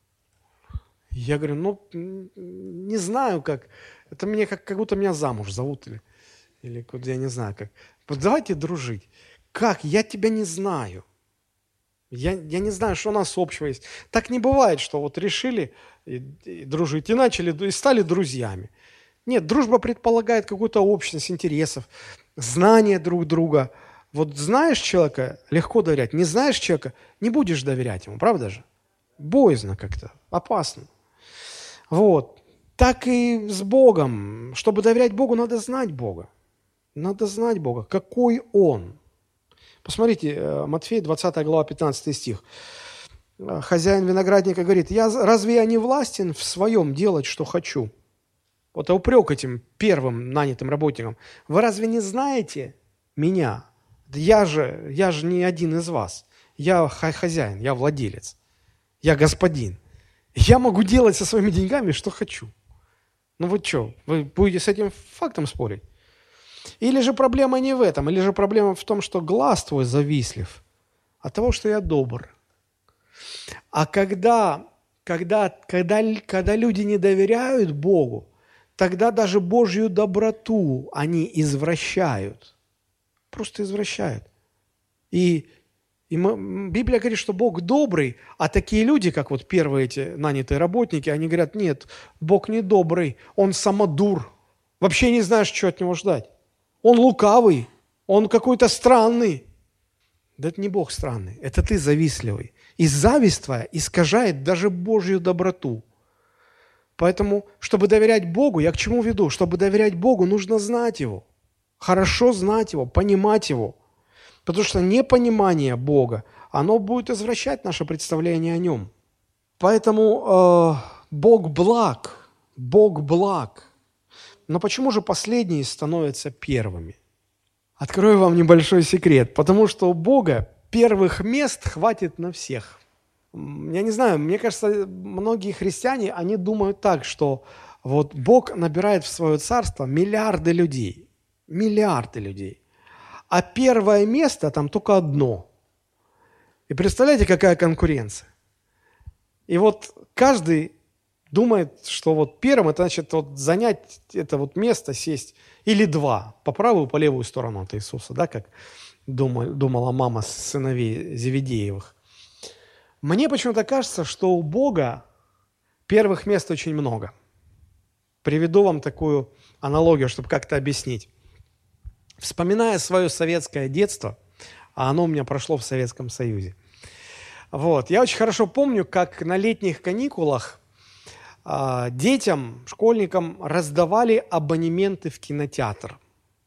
Я говорю, ну, не знаю как. Это мне как, как будто меня замуж зовут. Или, или я не знаю как. Вот давайте дружить. Как? Я тебя не знаю. Я, я не знаю, что у нас общего есть. Так не бывает, что вот решили и, и дружить, и начали, и стали друзьями. Нет, дружба предполагает какую-то общность интересов, знание друг друга. Вот знаешь человека, легко доверять. Не знаешь человека, не будешь доверять ему, правда же? Боязно как-то, опасно. Вот. Так и с Богом. Чтобы доверять Богу, надо знать Бога. Надо знать Бога, какой Он. Посмотрите, Матфея, двадцатая глава, пятнадцатый стих. Хозяин виноградника говорит: я, разве я не властен в своем делать, что хочу? Вот упрек этим первым нанятым работникам. Вы разве не знаете меня? Я же, я же не один из вас. Я хозяин, я владелец, я господин. Я могу делать со своими деньгами, что хочу. Ну вы что, вы будете с этим фактом спорить? Или же проблема не в этом, или же проблема в том, что глаз твой завистлив от того, что я добр. А когда, когда, когда, когда люди не доверяют Богу, тогда даже Божью доброту они извращают. Просто извращают. И, и мы, Библия говорит, что Бог добрый, а такие люди, как вот первые эти нанятые работники, они говорят: нет, Бог не добрый, Он самодур. Вообще не знаешь, что от Него ждать. Он лукавый, Он какой-то странный. Да это не Бог странный, это ты завистливый. И зависть твоя искажает даже Божью доброту. Поэтому, чтобы доверять Богу, я к чему веду? Чтобы доверять Богу, нужно знать Его. Хорошо знать Его, понимать Его. Потому что непонимание Бога, оно будет извращать наше представление о Нем. Поэтому э, Бог благ, Бог благ. Но почему же последние становятся первыми? Открою вам небольшой секрет. Потому что у Бога первых мест хватит на всех. Я не знаю, мне кажется, многие христиане, они думают так, что вот Бог набирает в свое царство миллиарды людей. Миллиарды людей. А первое место там только одно. И представляете, какая конкуренция? И вот каждый думает, что вот первым это значит вот занять это вот место, сесть, или два, по правую, по левую сторону от Иисуса, да, как думала, думала мама сыновей Зеведеевых. Мне почему-то кажется, что у Бога первых мест очень много. Приведу вам такую аналогию, чтобы как-то объяснить. Вспоминая свое советское детство, а оно у меня прошло в Советском Союзе, вот, я очень хорошо помню, как на летних каникулах а, детям, школьникам раздавали абонементы в кинотеатр.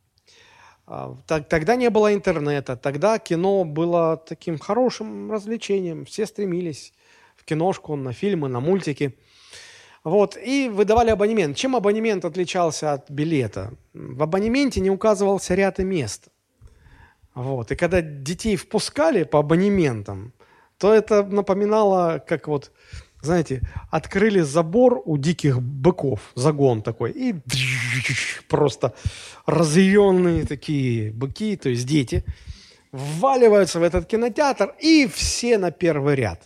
А, так, тогда не было интернета, тогда кино было таким хорошим развлечением, все стремились в киношку, на фильмы, на мультики. Вот, и выдавали абонемент. Чем абонемент отличался от билета? В абонементе не указывался ряд и мест. Вот, и когда детей впускали по абонементам, то это напоминало, как вот, знаете, открыли забор у диких быков, загон такой, и просто разъяренные такие быки, то есть дети, вваливаются в этот кинотеатр, и все на первый ряд.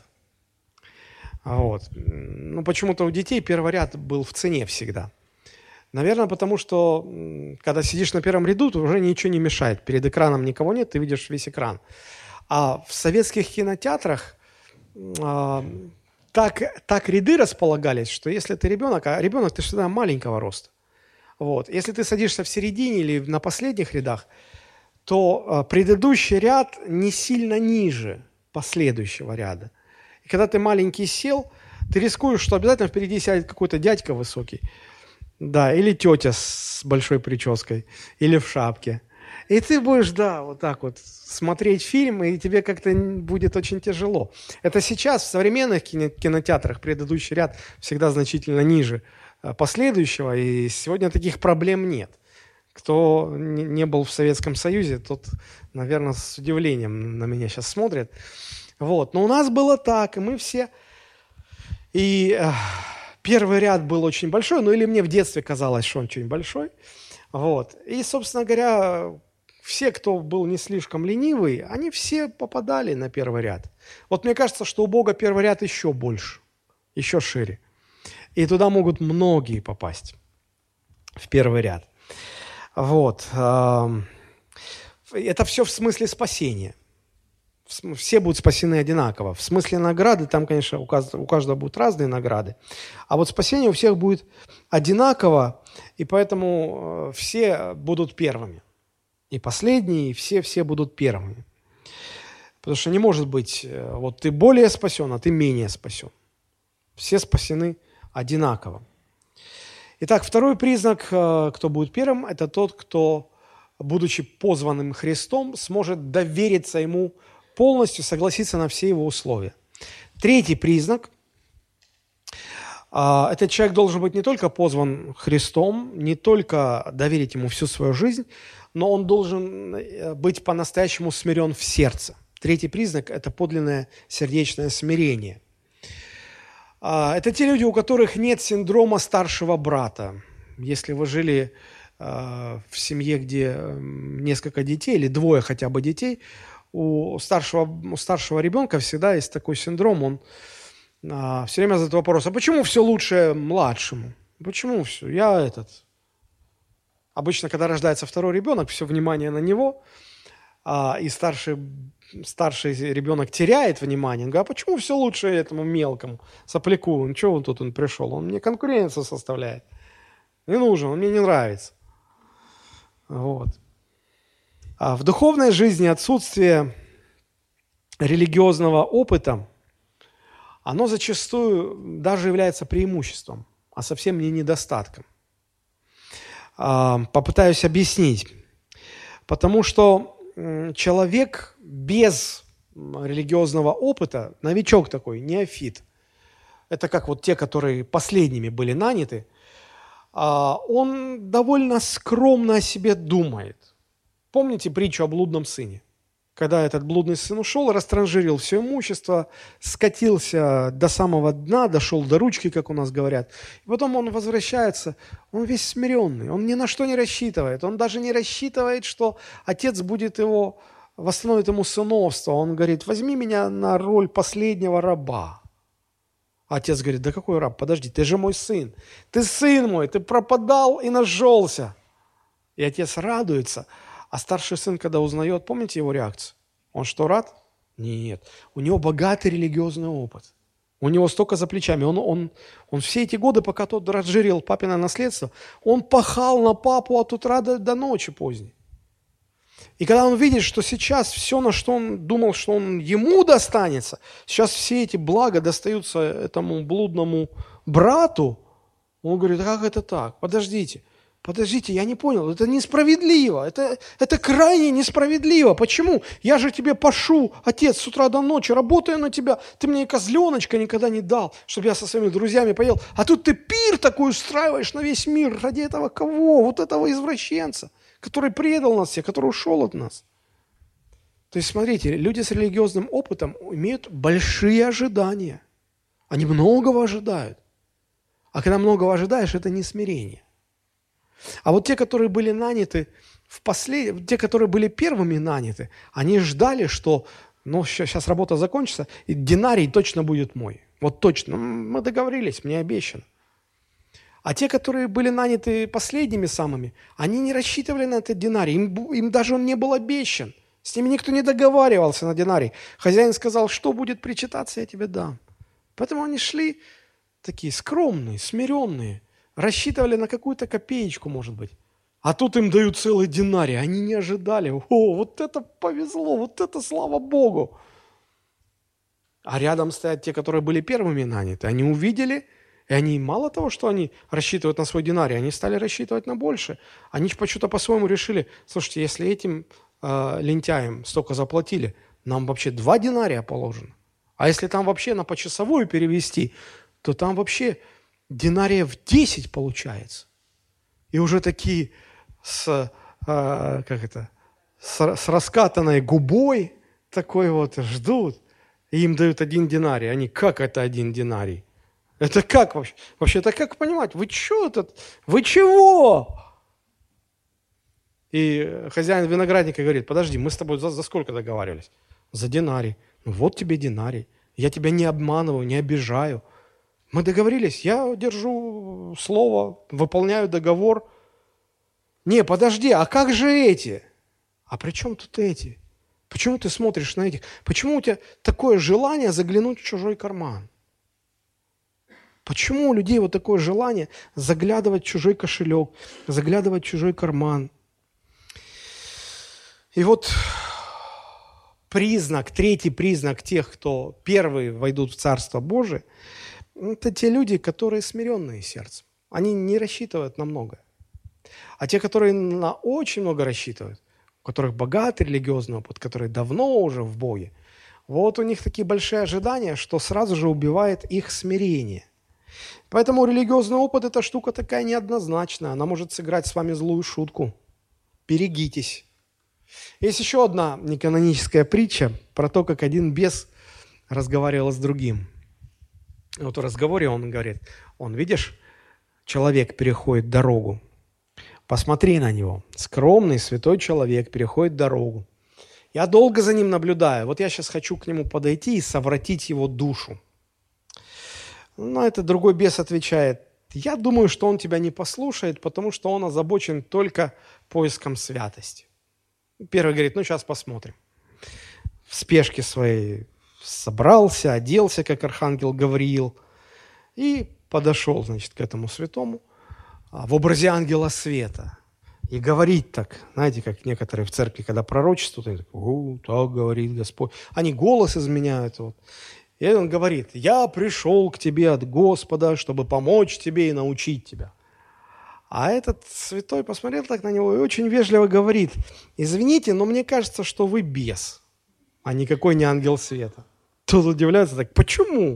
Вот. Ну, почему-то у детей первый ряд был в цене всегда. Наверное, потому что, когда сидишь на первом ряду, то уже ничего не мешает. Перед экраном никого нет, ты видишь весь экран. А в советских кинотеатрах э, так, так ряды располагались, что если ты ребенок, а ребенок ты всегда маленького роста, вот, если ты садишься в середине или на последних рядах, то э, предыдущий ряд не сильно ниже последующего ряда. И когда ты маленький сел, ты рискуешь, что обязательно впереди сядет какой-то дядька высокий, да, или тетя с большой прической, или в шапке. И ты будешь, да, вот так вот смотреть фильм, и тебе как-то будет очень тяжело. Это сейчас в современных кинотеатрах предыдущий ряд всегда значительно ниже последующего, и сегодня таких проблем нет. Кто не был в Советском Союзе, тот, наверное, с удивлением на меня сейчас смотрит. Вот. Но у нас было так, и мы все... И э, первый ряд был очень большой, ну или мне в детстве казалось, что он очень большой. Вот. И, собственно говоря, все, кто был не слишком ленивый, они все попадали на первый ряд. Вот мне кажется, что у Бога первый ряд еще больше, еще шире. И туда могут многие попасть, в первый ряд. Вот. Это все в смысле спасения. Все будут спасены одинаково. В смысле награды, там, конечно, у каждого, у каждого будут разные награды. А вот спасение у всех будет одинаково, и поэтому все будут первыми. И последние, и все-все будут первыми. Потому что не может быть, вот ты более спасен, а ты менее спасен. Все спасены одинаково. Итак, второй признак, кто будет первым, это тот, кто, будучи позванным Христом, сможет довериться Ему полностью, согласиться на все Его условия. Третий признак – этот человек должен быть не только позван Христом, не только доверить Ему всю свою жизнь, но он должен быть по-настоящему смирен в сердце. Третий признак – это подлинное сердечное смирение. Это те люди, у которых нет синдрома старшего брата. Если вы жили в семье, где несколько детей или двое хотя бы детей, у старшего, у старшего ребенка всегда есть такой синдром, он все время задает вопрос: а почему все лучше младшему? Почему все? Я этот... Обычно, когда рождается второй ребенок, все внимание на него, и старший, старший ребенок теряет внимание. Он говорит: а почему все лучше этому мелкому сопляку? Ну, что он тут он пришел? Он мне конкуренцию составляет. Не нужен, он мне не нравится. Вот. А в духовной жизни отсутствие религиозного опыта, оно зачастую даже является преимуществом, а совсем не недостатком. Попытаюсь объяснить. Потому что человек без религиозного опыта, новичок такой, неофит, это как вот те, которые последними были наняты, он довольно скромно о себе думает. Помните притчу о блудном сыне? Когда этот блудный сын ушел, растранжирил все имущество, скатился до самого дна, дошел до ручки, как у нас говорят. И потом он возвращается, он весь смиренный, он ни на что не рассчитывает. Он даже не рассчитывает, что отец будет его, восстановит ему сыновство. Он говорит: возьми меня на роль последнего раба. Отец говорит: да какой раб? Подожди, ты же мой сын. Ты сын мой, ты пропадал и нашелся. И отец радуется. А старший сын, когда узнает, помните его реакцию? Он что, рад? Нет. У него богатый религиозный опыт. У него столько за плечами. Он, он, он все эти годы, пока тот разжирел папино наследство, он пахал на папу от утра до, до ночи поздней. И когда он видит, что сейчас все, на что он думал, что он ему достанется, сейчас все эти блага достаются этому блудному брату, он говорит: а как это так? Подождите. Подождите, я не понял, это несправедливо, это, это крайне несправедливо. Почему? Я же тебе пашу, отец, с утра до ночи, работаю на тебя, ты мне козленочка никогда не дал, чтобы я со своими друзьями поел, а тут ты пир такой устраиваешь на весь мир ради этого кого? Вот этого извращенца, который предал нас всех, который ушел от нас. То есть, смотрите, люди с религиозным опытом имеют большие ожидания, они многого ожидают, а когда многого ожидаешь, это не смирение. А вот те, которые были наняты, в послед... те, которые были первыми наняты, они ждали, что ну, сейчас работа закончится, и динарий точно будет мой. Вот точно, мы договорились, мне обещано. А те, которые были наняты последними самыми, они не рассчитывали на этот динарий, им, им даже он не был обещан. С ними никто не договаривался на динарий. Хозяин сказал: что будет причитаться, я тебе дам. Поэтому они шли такие скромные, смиренные, рассчитывали на какую-то копеечку, может быть. А тут им дают целый динарий. Они не ожидали. О, вот это повезло, вот это слава Богу. А рядом стоят те, которые были первыми наняты. Они увидели, и они мало того, что они рассчитывают на свой динарий, они стали рассчитывать на больше. Они почему-то по-своему решили: слушайте, если этим э, лентяям столько заплатили, нам вообще два динария положено. А если там вообще на почасовую перевести, то там вообще динариев десять получается. И уже такие с, э, как это, с, с раскатанной губой такой вот ждут, и им дают один динарий. Они: как это один динарий? Это как вообще? Вообще, это как понимать? Вы что этот? Вы чего? И хозяин виноградника говорит: подожди, мы с тобой за, за сколько договаривались? За динарий. Ну вот тебе динарий. Я тебя не обманываю, не обижаю. Мы договорились, я держу слово, выполняю договор. Не, подожди, а как же эти? А при чем тут эти? Почему ты смотришь на этих? Почему у тебя такое желание заглянуть в чужой карман? Почему у людей вот такое желание заглядывать в чужой кошелек, заглядывать в чужой карман? И вот признак, третий признак тех, кто первые войдут в Царство Божие, это те люди, которые смиренные сердцем. Они не рассчитывают на многое. А те, которые на очень много рассчитывают, у которых богатый религиозный опыт, которые давно уже в Боге, вот у них такие большие ожидания, что сразу же убивает их смирение. Поэтому религиозный опыт – это штука такая неоднозначная. Она может сыграть с вами злую шутку. Берегитесь. Есть еще одна неканоническая притча про то, как один бес разговаривал с другим. Вот в разговоре он говорит: он, видишь, человек переходит дорогу. Посмотри на него. Скромный, святой человек переходит дорогу. Я долго за ним наблюдаю. Вот я сейчас хочу к нему подойти и совратить его душу. На это другой бес отвечает: я думаю, что он тебя не послушает, потому что он озабочен только поиском святости. Первый говорит: ну сейчас посмотрим. В спешке своей собрался, оделся, как архангел Гавриил, и подошел, значит, к этому святому в образе ангела света. и говорить так. Знаете, как некоторые в церкви, когда пророчествуют, они так, «О, так говорит Господь». Они голос изменяют. Вот. И он говорит, «Я пришел к тебе от Господа, чтобы помочь тебе и научить тебя». А этот святой посмотрел так на него и очень вежливо говорит, «Извините, но мне кажется, что вы бес, а никакой не ангел света». Тот удивляется так, «Почему?»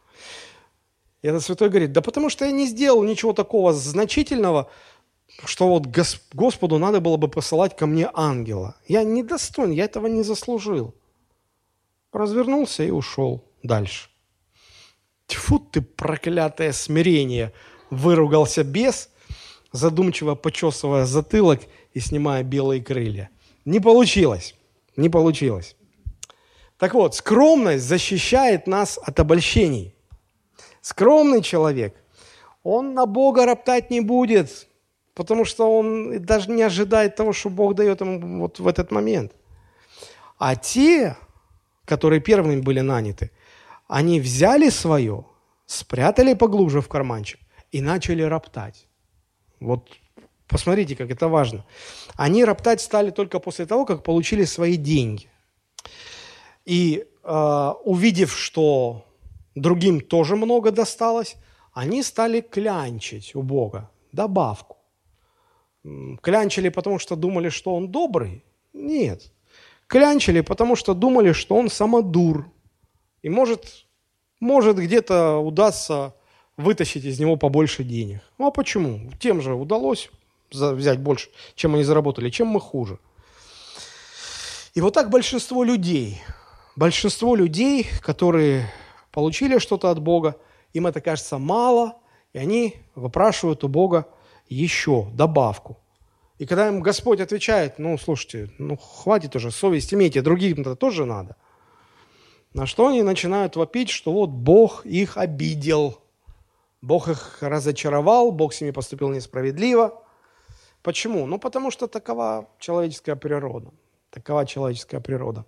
И этот святой говорит, «Да потому что я не сделал ничего такого значительного, что вот Господу надо было бы посылать ко мне ангела. Я недостоин, я этого не заслужил». Развернулся и ушел дальше. «Тьфу ты, проклятое смирение!» – выругался бес, задумчиво почесывая затылок и снимая белые крылья. Не получилось, не получилось. Так вот, скромность защищает нас от обольщений. Скромный человек, он на Бога роптать не будет, потому что он даже не ожидает того, что Бог дает ему вот в этот момент. А те, которые первыми были наняты, они взяли свое, спрятали поглубже в карманчик и начали роптать. Вот посмотрите, как это важно. Они роптать стали только после того, как получили свои деньги. И э, увидев, что другим тоже много досталось, они стали клянчить у Бога добавку. Клянчили, потому что думали, что он добрый? Нет. Клянчили, потому что думали, что он самодур. И может, может где-то удастся вытащить из него побольше денег. Ну а почему? Тем же удалось взять больше, чем они заработали, чем мы хуже. И вот так большинство людей, большинство людей, которые получили что-то от Бога, им это кажется мало, и они выпрашивают у Бога еще добавку. И когда им Господь отвечает, ну, слушайте, ну, хватит уже, совесть имейте, другим-то тоже надо. На что они начинают вопить, что вот Бог их обидел, Бог их разочаровал, Бог с ними поступил несправедливо. Почему? Ну, потому что такова человеческая природа. Такова человеческая природа.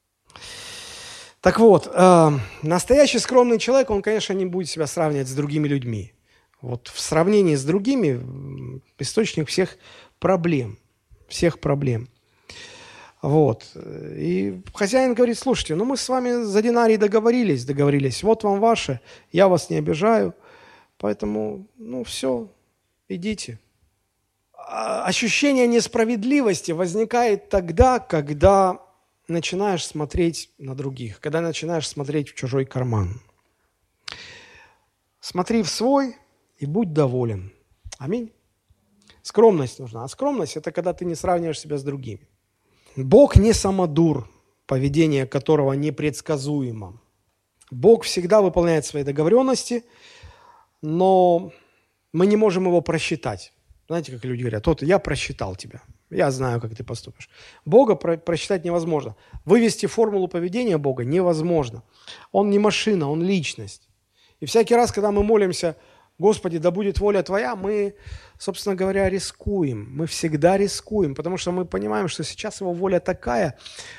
Так вот, э, настоящий скромный человек, он, конечно, не будет себя сравнивать с другими людьми. Вот в сравнении с другими источник всех проблем. Всех проблем. Вот. И хозяин говорит, слушайте, ну мы с вами за динарий договорились, договорились, вот вам ваше, я вас не обижаю, поэтому, ну все, идите. А ощущение несправедливости возникает тогда, когда начинаешь смотреть на других, когда начинаешь смотреть в чужой карман. Смотри в свой и будь доволен. Аминь. Скромность нужна. А скромность – это когда ты не сравниваешь себя с другими. Бог не самодур, поведение которого непредсказуемо. Бог всегда выполняет свои договоренности, но мы не можем его просчитать. Знаете, как люди говорят, вот я просчитал тебя, я знаю, как ты поступишь. Бога про- просчитать невозможно. Вывести формулу поведения Бога невозможно. Он не машина, он личность. И всякий раз, когда мы молимся, Господи, да будет воля Твоя, мы, собственно говоря, рискуем. Мы всегда рискуем, потому что мы понимаем, что сейчас Его воля такая,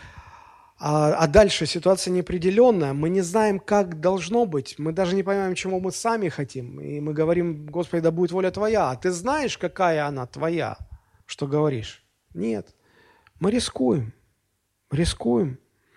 а, а дальше ситуация неопределенная. Мы не знаем, как должно быть. Мы даже не понимаем, чего мы сами хотим. И мы говорим, Господи, да будет воля Твоя. А ты знаешь, какая она Твоя, что говоришь? Нет. Мы рискуем. Рискуем.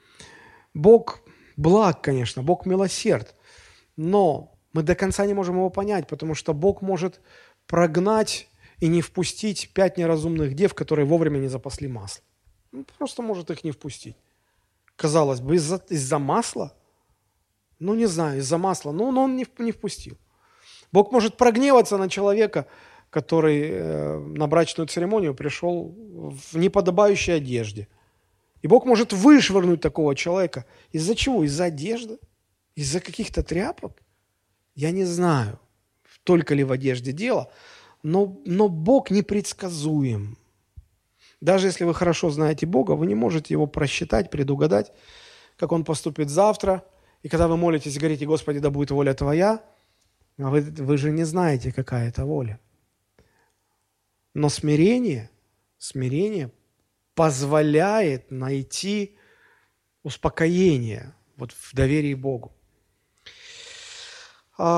Бог благ, конечно, Бог милосерд, но мы до конца не можем его понять, потому что Бог может прогнать и не впустить пять неразумных дев, которые вовремя не запасли масло. Он просто может их не впустить. Казалось бы, из-за, из-за масла? Ну, не знаю, из-за масла. Но, но он не, не впустил. Бог может прогневаться на человека, который э, на брачную церемонию пришел в неподобающей одежде. И Бог может вышвырнуть такого человека. Из-за чего? Из-за одежды? Из-за каких-то тряпок? Я не знаю, только ли в одежде дело, но, но Бог непредсказуем. Даже если вы хорошо знаете Бога, вы не можете Его просчитать, предугадать, как Он поступит завтра. И когда вы молитесь и говорите, Господи, да будет воля Твоя, вы, вы же не знаете, какая это воля. Но смирение, смирение позволяет найти успокоение вот в доверии Богу.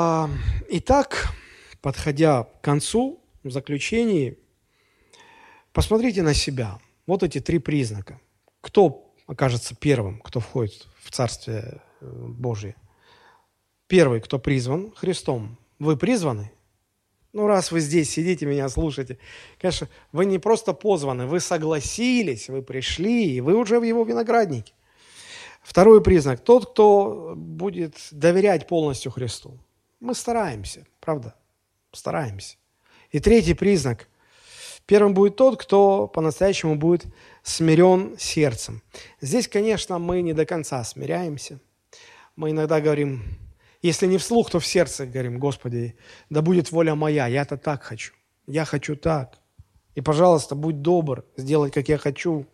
Итак, подходя к концу, в заключении, Посмотрите на себя. Вот эти три признака. Кто окажется первым, кто входит в Царствие Божие? Первый, кто призван Христом. Вы призваны? Ну, раз вы здесь сидите, меня слушаете, конечно, вы не просто позваны, вы согласились, вы пришли, и вы уже в его винограднике. Второй признак – тот, кто будет доверять полностью Христу. Мы стараемся, правда? Стараемся. И третий признак – первым будет тот, кто по-настоящему будет смирен сердцем. Здесь, конечно, мы не до конца смиряемся. Мы иногда говорим, если не вслух, то в сердце говорим: Господи, да будет воля моя, я-то так хочу, я хочу так. И, пожалуйста, будь добр, сделать, как я хочу.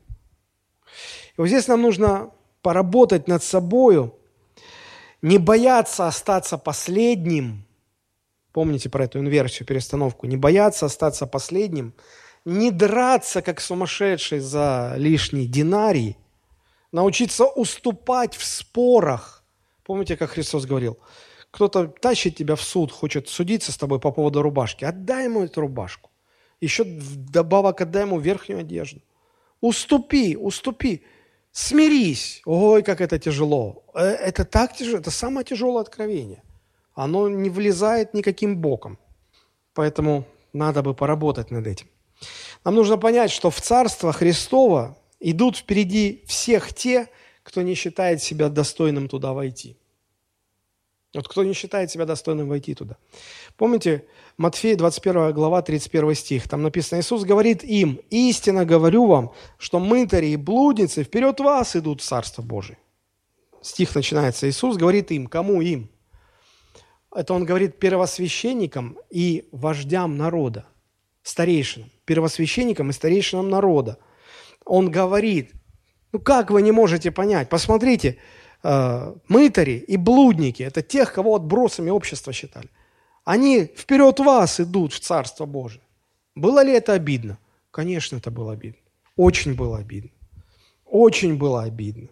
И вот здесь нам нужно поработать над собою, не бояться остаться последним. Помните про эту инверсию, перестановку? Не бояться остаться последним, не драться, как сумасшедший, за лишний динарий, научиться уступать в спорах. Помните, как Христос говорил? Кто-то тащит тебя в суд, хочет судиться с тобой по поводу рубашки. Отдай ему эту рубашку. Еще вдобавок отдай ему верхнюю одежду. Уступи, уступи. Смирись. Ой, как это тяжело. Это так тяжело. Это самое тяжелое откровение. Оно не влезает никаким боком. Поэтому надо бы поработать над этим. Нам нужно понять, что в Царство Христово идут впереди всех те, кто не считает себя достойным туда войти. Вот кто не считает себя достойным войти туда. Помните, Матфея двадцать первая глава, тридцать первый стих. Там написано: Иисус говорит им: «Истинно говорю вам, что мытари и блудницы вперед вас идут в Царство Божие». Стих начинается. Иисус говорит им. Кому им? Это Он говорит первосвященникам и вождям народа, старейшинам. Первосвященникам и старейшинам народа. Он говорит: ну как вы не можете понять? Посмотрите, э, мытари и блудники – это тех, кого отбросами общества считали. Они вперед вас идут в Царство Божие. Было ли это обидно? Конечно, это было обидно. Очень было обидно. Очень было обидно.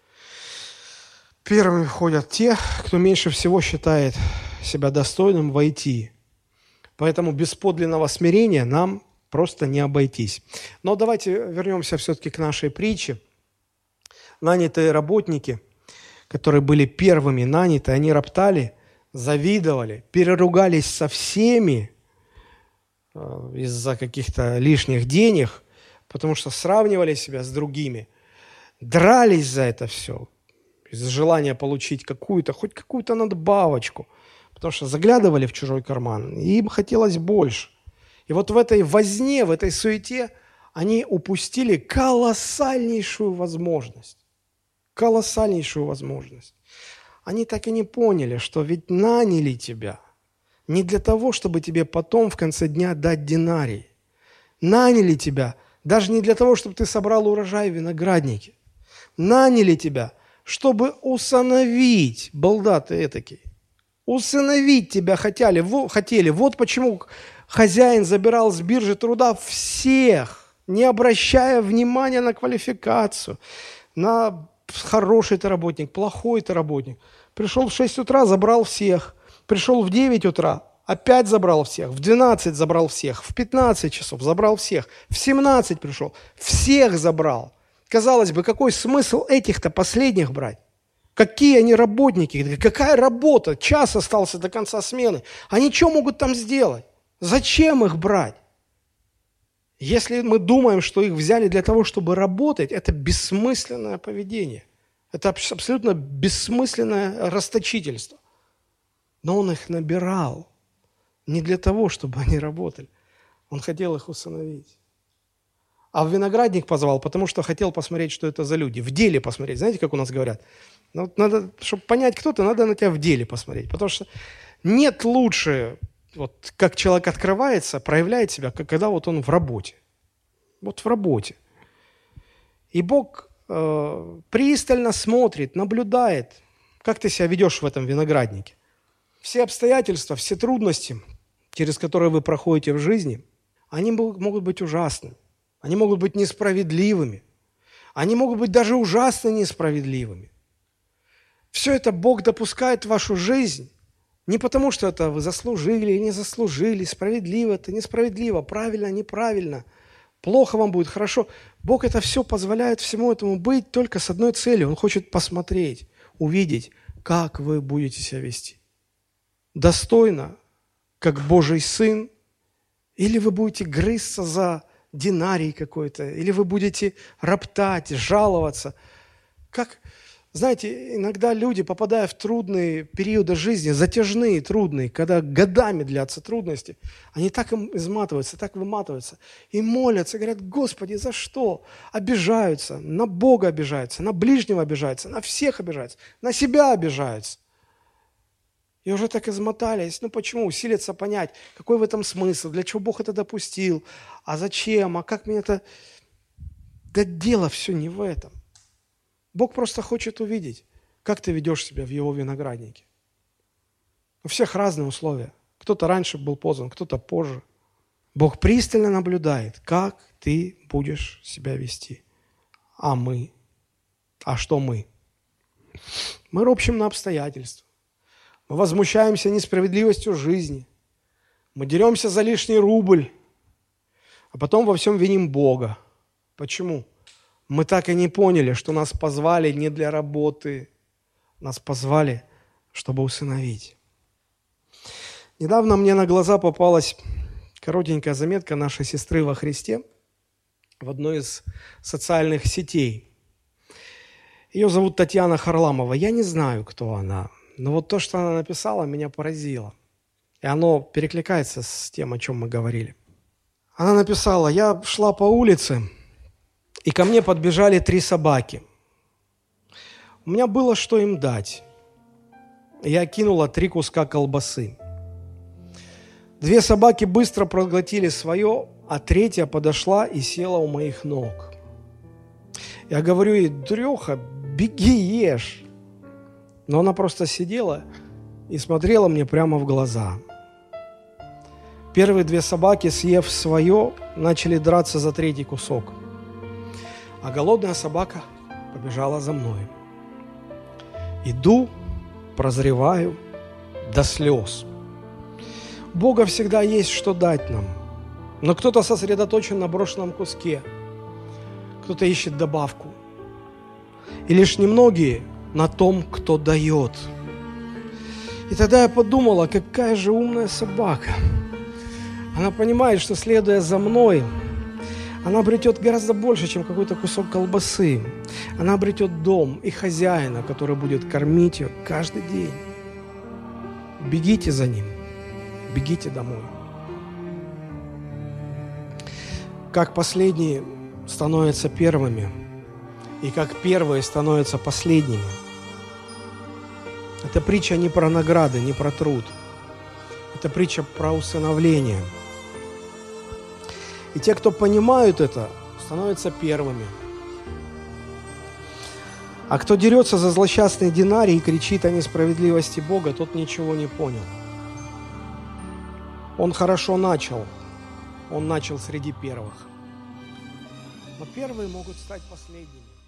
Первыми входят те, кто меньше всего считает себя достойным войти. Поэтому без подлинного смирения нам просто не обойтись. Но давайте вернемся все-таки к нашей притче. Нанятые работники, которые были первыми наняты, они роптали, завидовали, переругались со всеми э, из-за каких-то лишних денег, потому что сравнивали себя с другими, дрались за это все, из-за желания получить какую-то, хоть какую-то надбавочку, потому что заглядывали в чужой карман, и им хотелось больше. И вот в этой возне, в этой суете они упустили колоссальнейшую возможность. Колоссальнейшую возможность. Они так и не поняли, что ведь наняли тебя не для того, чтобы тебе потом в конце дня дать динарий. Наняли тебя даже не для того, чтобы ты собрал урожай в винограднике. Наняли тебя, чтобы усыновить, балда ты этакий. Усыновить тебя хотели. хотели. Вот почему хозяин забирал с биржи труда всех, не обращая внимания на квалификацию, на хороший ты работник, плохой ты работник. Пришел в шесть утра, забрал всех. Пришел в девять утра, опять забрал всех. В двенадцать забрал всех. В пятнадцать часов забрал всех. В семнадцать пришел, всех забрал. Казалось бы, какой смысл этих-то последних брать? Какие они работники? Какая работа? Час остался до конца смены. Они что могут там сделать? Зачем их брать? Если мы думаем, что их взяли для того, чтобы работать, это бессмысленное поведение. Это абсолютно бессмысленное расточительство. Но он их набирал не для того, чтобы они работали. Он хотел их усыновить. А в виноградник позвал, потому что хотел посмотреть, что это за люди. В деле посмотреть. Знаете, как у нас говорят? Ну, вот надо, чтобы понять, кто ты, надо на тебя в деле посмотреть. Потому что нет лучше... Вот как человек открывается, проявляет себя, как когда вот он в работе. Вот в работе. И Бог э, пристально смотрит, наблюдает, как ты себя ведешь в этом винограднике. Все обстоятельства, все трудности, через которые вы проходите в жизни, они могут быть ужасными, они могут быть несправедливыми, они могут быть даже ужасно несправедливыми. Все это Бог допускает в вашу жизнь, не потому, что это вы заслужили или не заслужили, справедливо это, несправедливо, правильно, неправильно. плохо вам будет, хорошо. Бог это все позволяет всему этому быть только с одной целью. Он хочет посмотреть, увидеть, как вы будете себя вести. Достойно, как Божий Сын, или вы будете грызться за динарий какой-то, или вы будете роптать, жаловаться. Как, знаете, иногда люди, попадая в трудные периоды жизни, затяжные, трудные, когда годами длятся трудности, они так им изматываются, так выматываются, и молятся, и говорят: Господи, за что? Обижаются, на Бога обижаются, на ближнего обижаются, на всех обижаются, на себя обижаются. И уже так измотались. Ну почему? Силятся понять, какой в этом смысл, для чего Бог это допустил, а зачем, а как мне это... Да дело все не в этом. Бог просто хочет увидеть, как ты ведешь себя в Его винограднике. У всех разные условия. Кто-то раньше был позван, кто-то позже. Бог пристально наблюдает, как ты будешь себя вести. А мы? А что мы? Мы ропщим на обстоятельства. Мы возмущаемся несправедливостью жизни. Мы деремся за лишний рубль, а потом во всем виним Бога. Почему? Мы так и не поняли, что нас позвали не для работы, нас позвали, чтобы усыновить. Недавно мне на глаза попалась коротенькая заметка нашей сестры во Христе в одной из социальных сетей. Ее зовут Татьяна Харламова. Я не знаю, кто она. Но вот то, что она написала, меня поразило. И оно перекликается с тем, о чем мы говорили. Она написала: я шла по улице, и ко мне подбежали три собаки. У меня было что им дать. Я кинула три куска колбасы. Две собаки быстро проглотили свое, а третья подошла и села у моих ног. Я говорю ей: Дрюха, беги, ешь. Но она просто сидела и смотрела мне прямо в глаза. Первые две собаки, съев свое, начали драться за третий кусок. А голодная собака побежала за мной. Иду, прозреваю до слез. У Бога всегда есть что дать нам. Но кто-то сосредоточен на брошенном куске, кто-то ищет добавку. И лишь немногие на том, кто дает. И тогда я подумала, какая же умная собака. Она понимает, что, следуя за мной, она обретет гораздо больше, чем какой-то кусок колбасы. Она обретет дом и хозяина, который будет кормить ее каждый день. Бегите за ним, бегите домой. Как последние становятся первыми, и как первые становятся последними. Это притча не про награды, не про труд. Это притча про усыновление. И те, кто понимают это, становятся первыми. А кто дерется за злосчастный динарий и кричит о несправедливости Бога, тот ничего не понял. Он хорошо начал. Он начал среди первых. Но первые могут стать последними.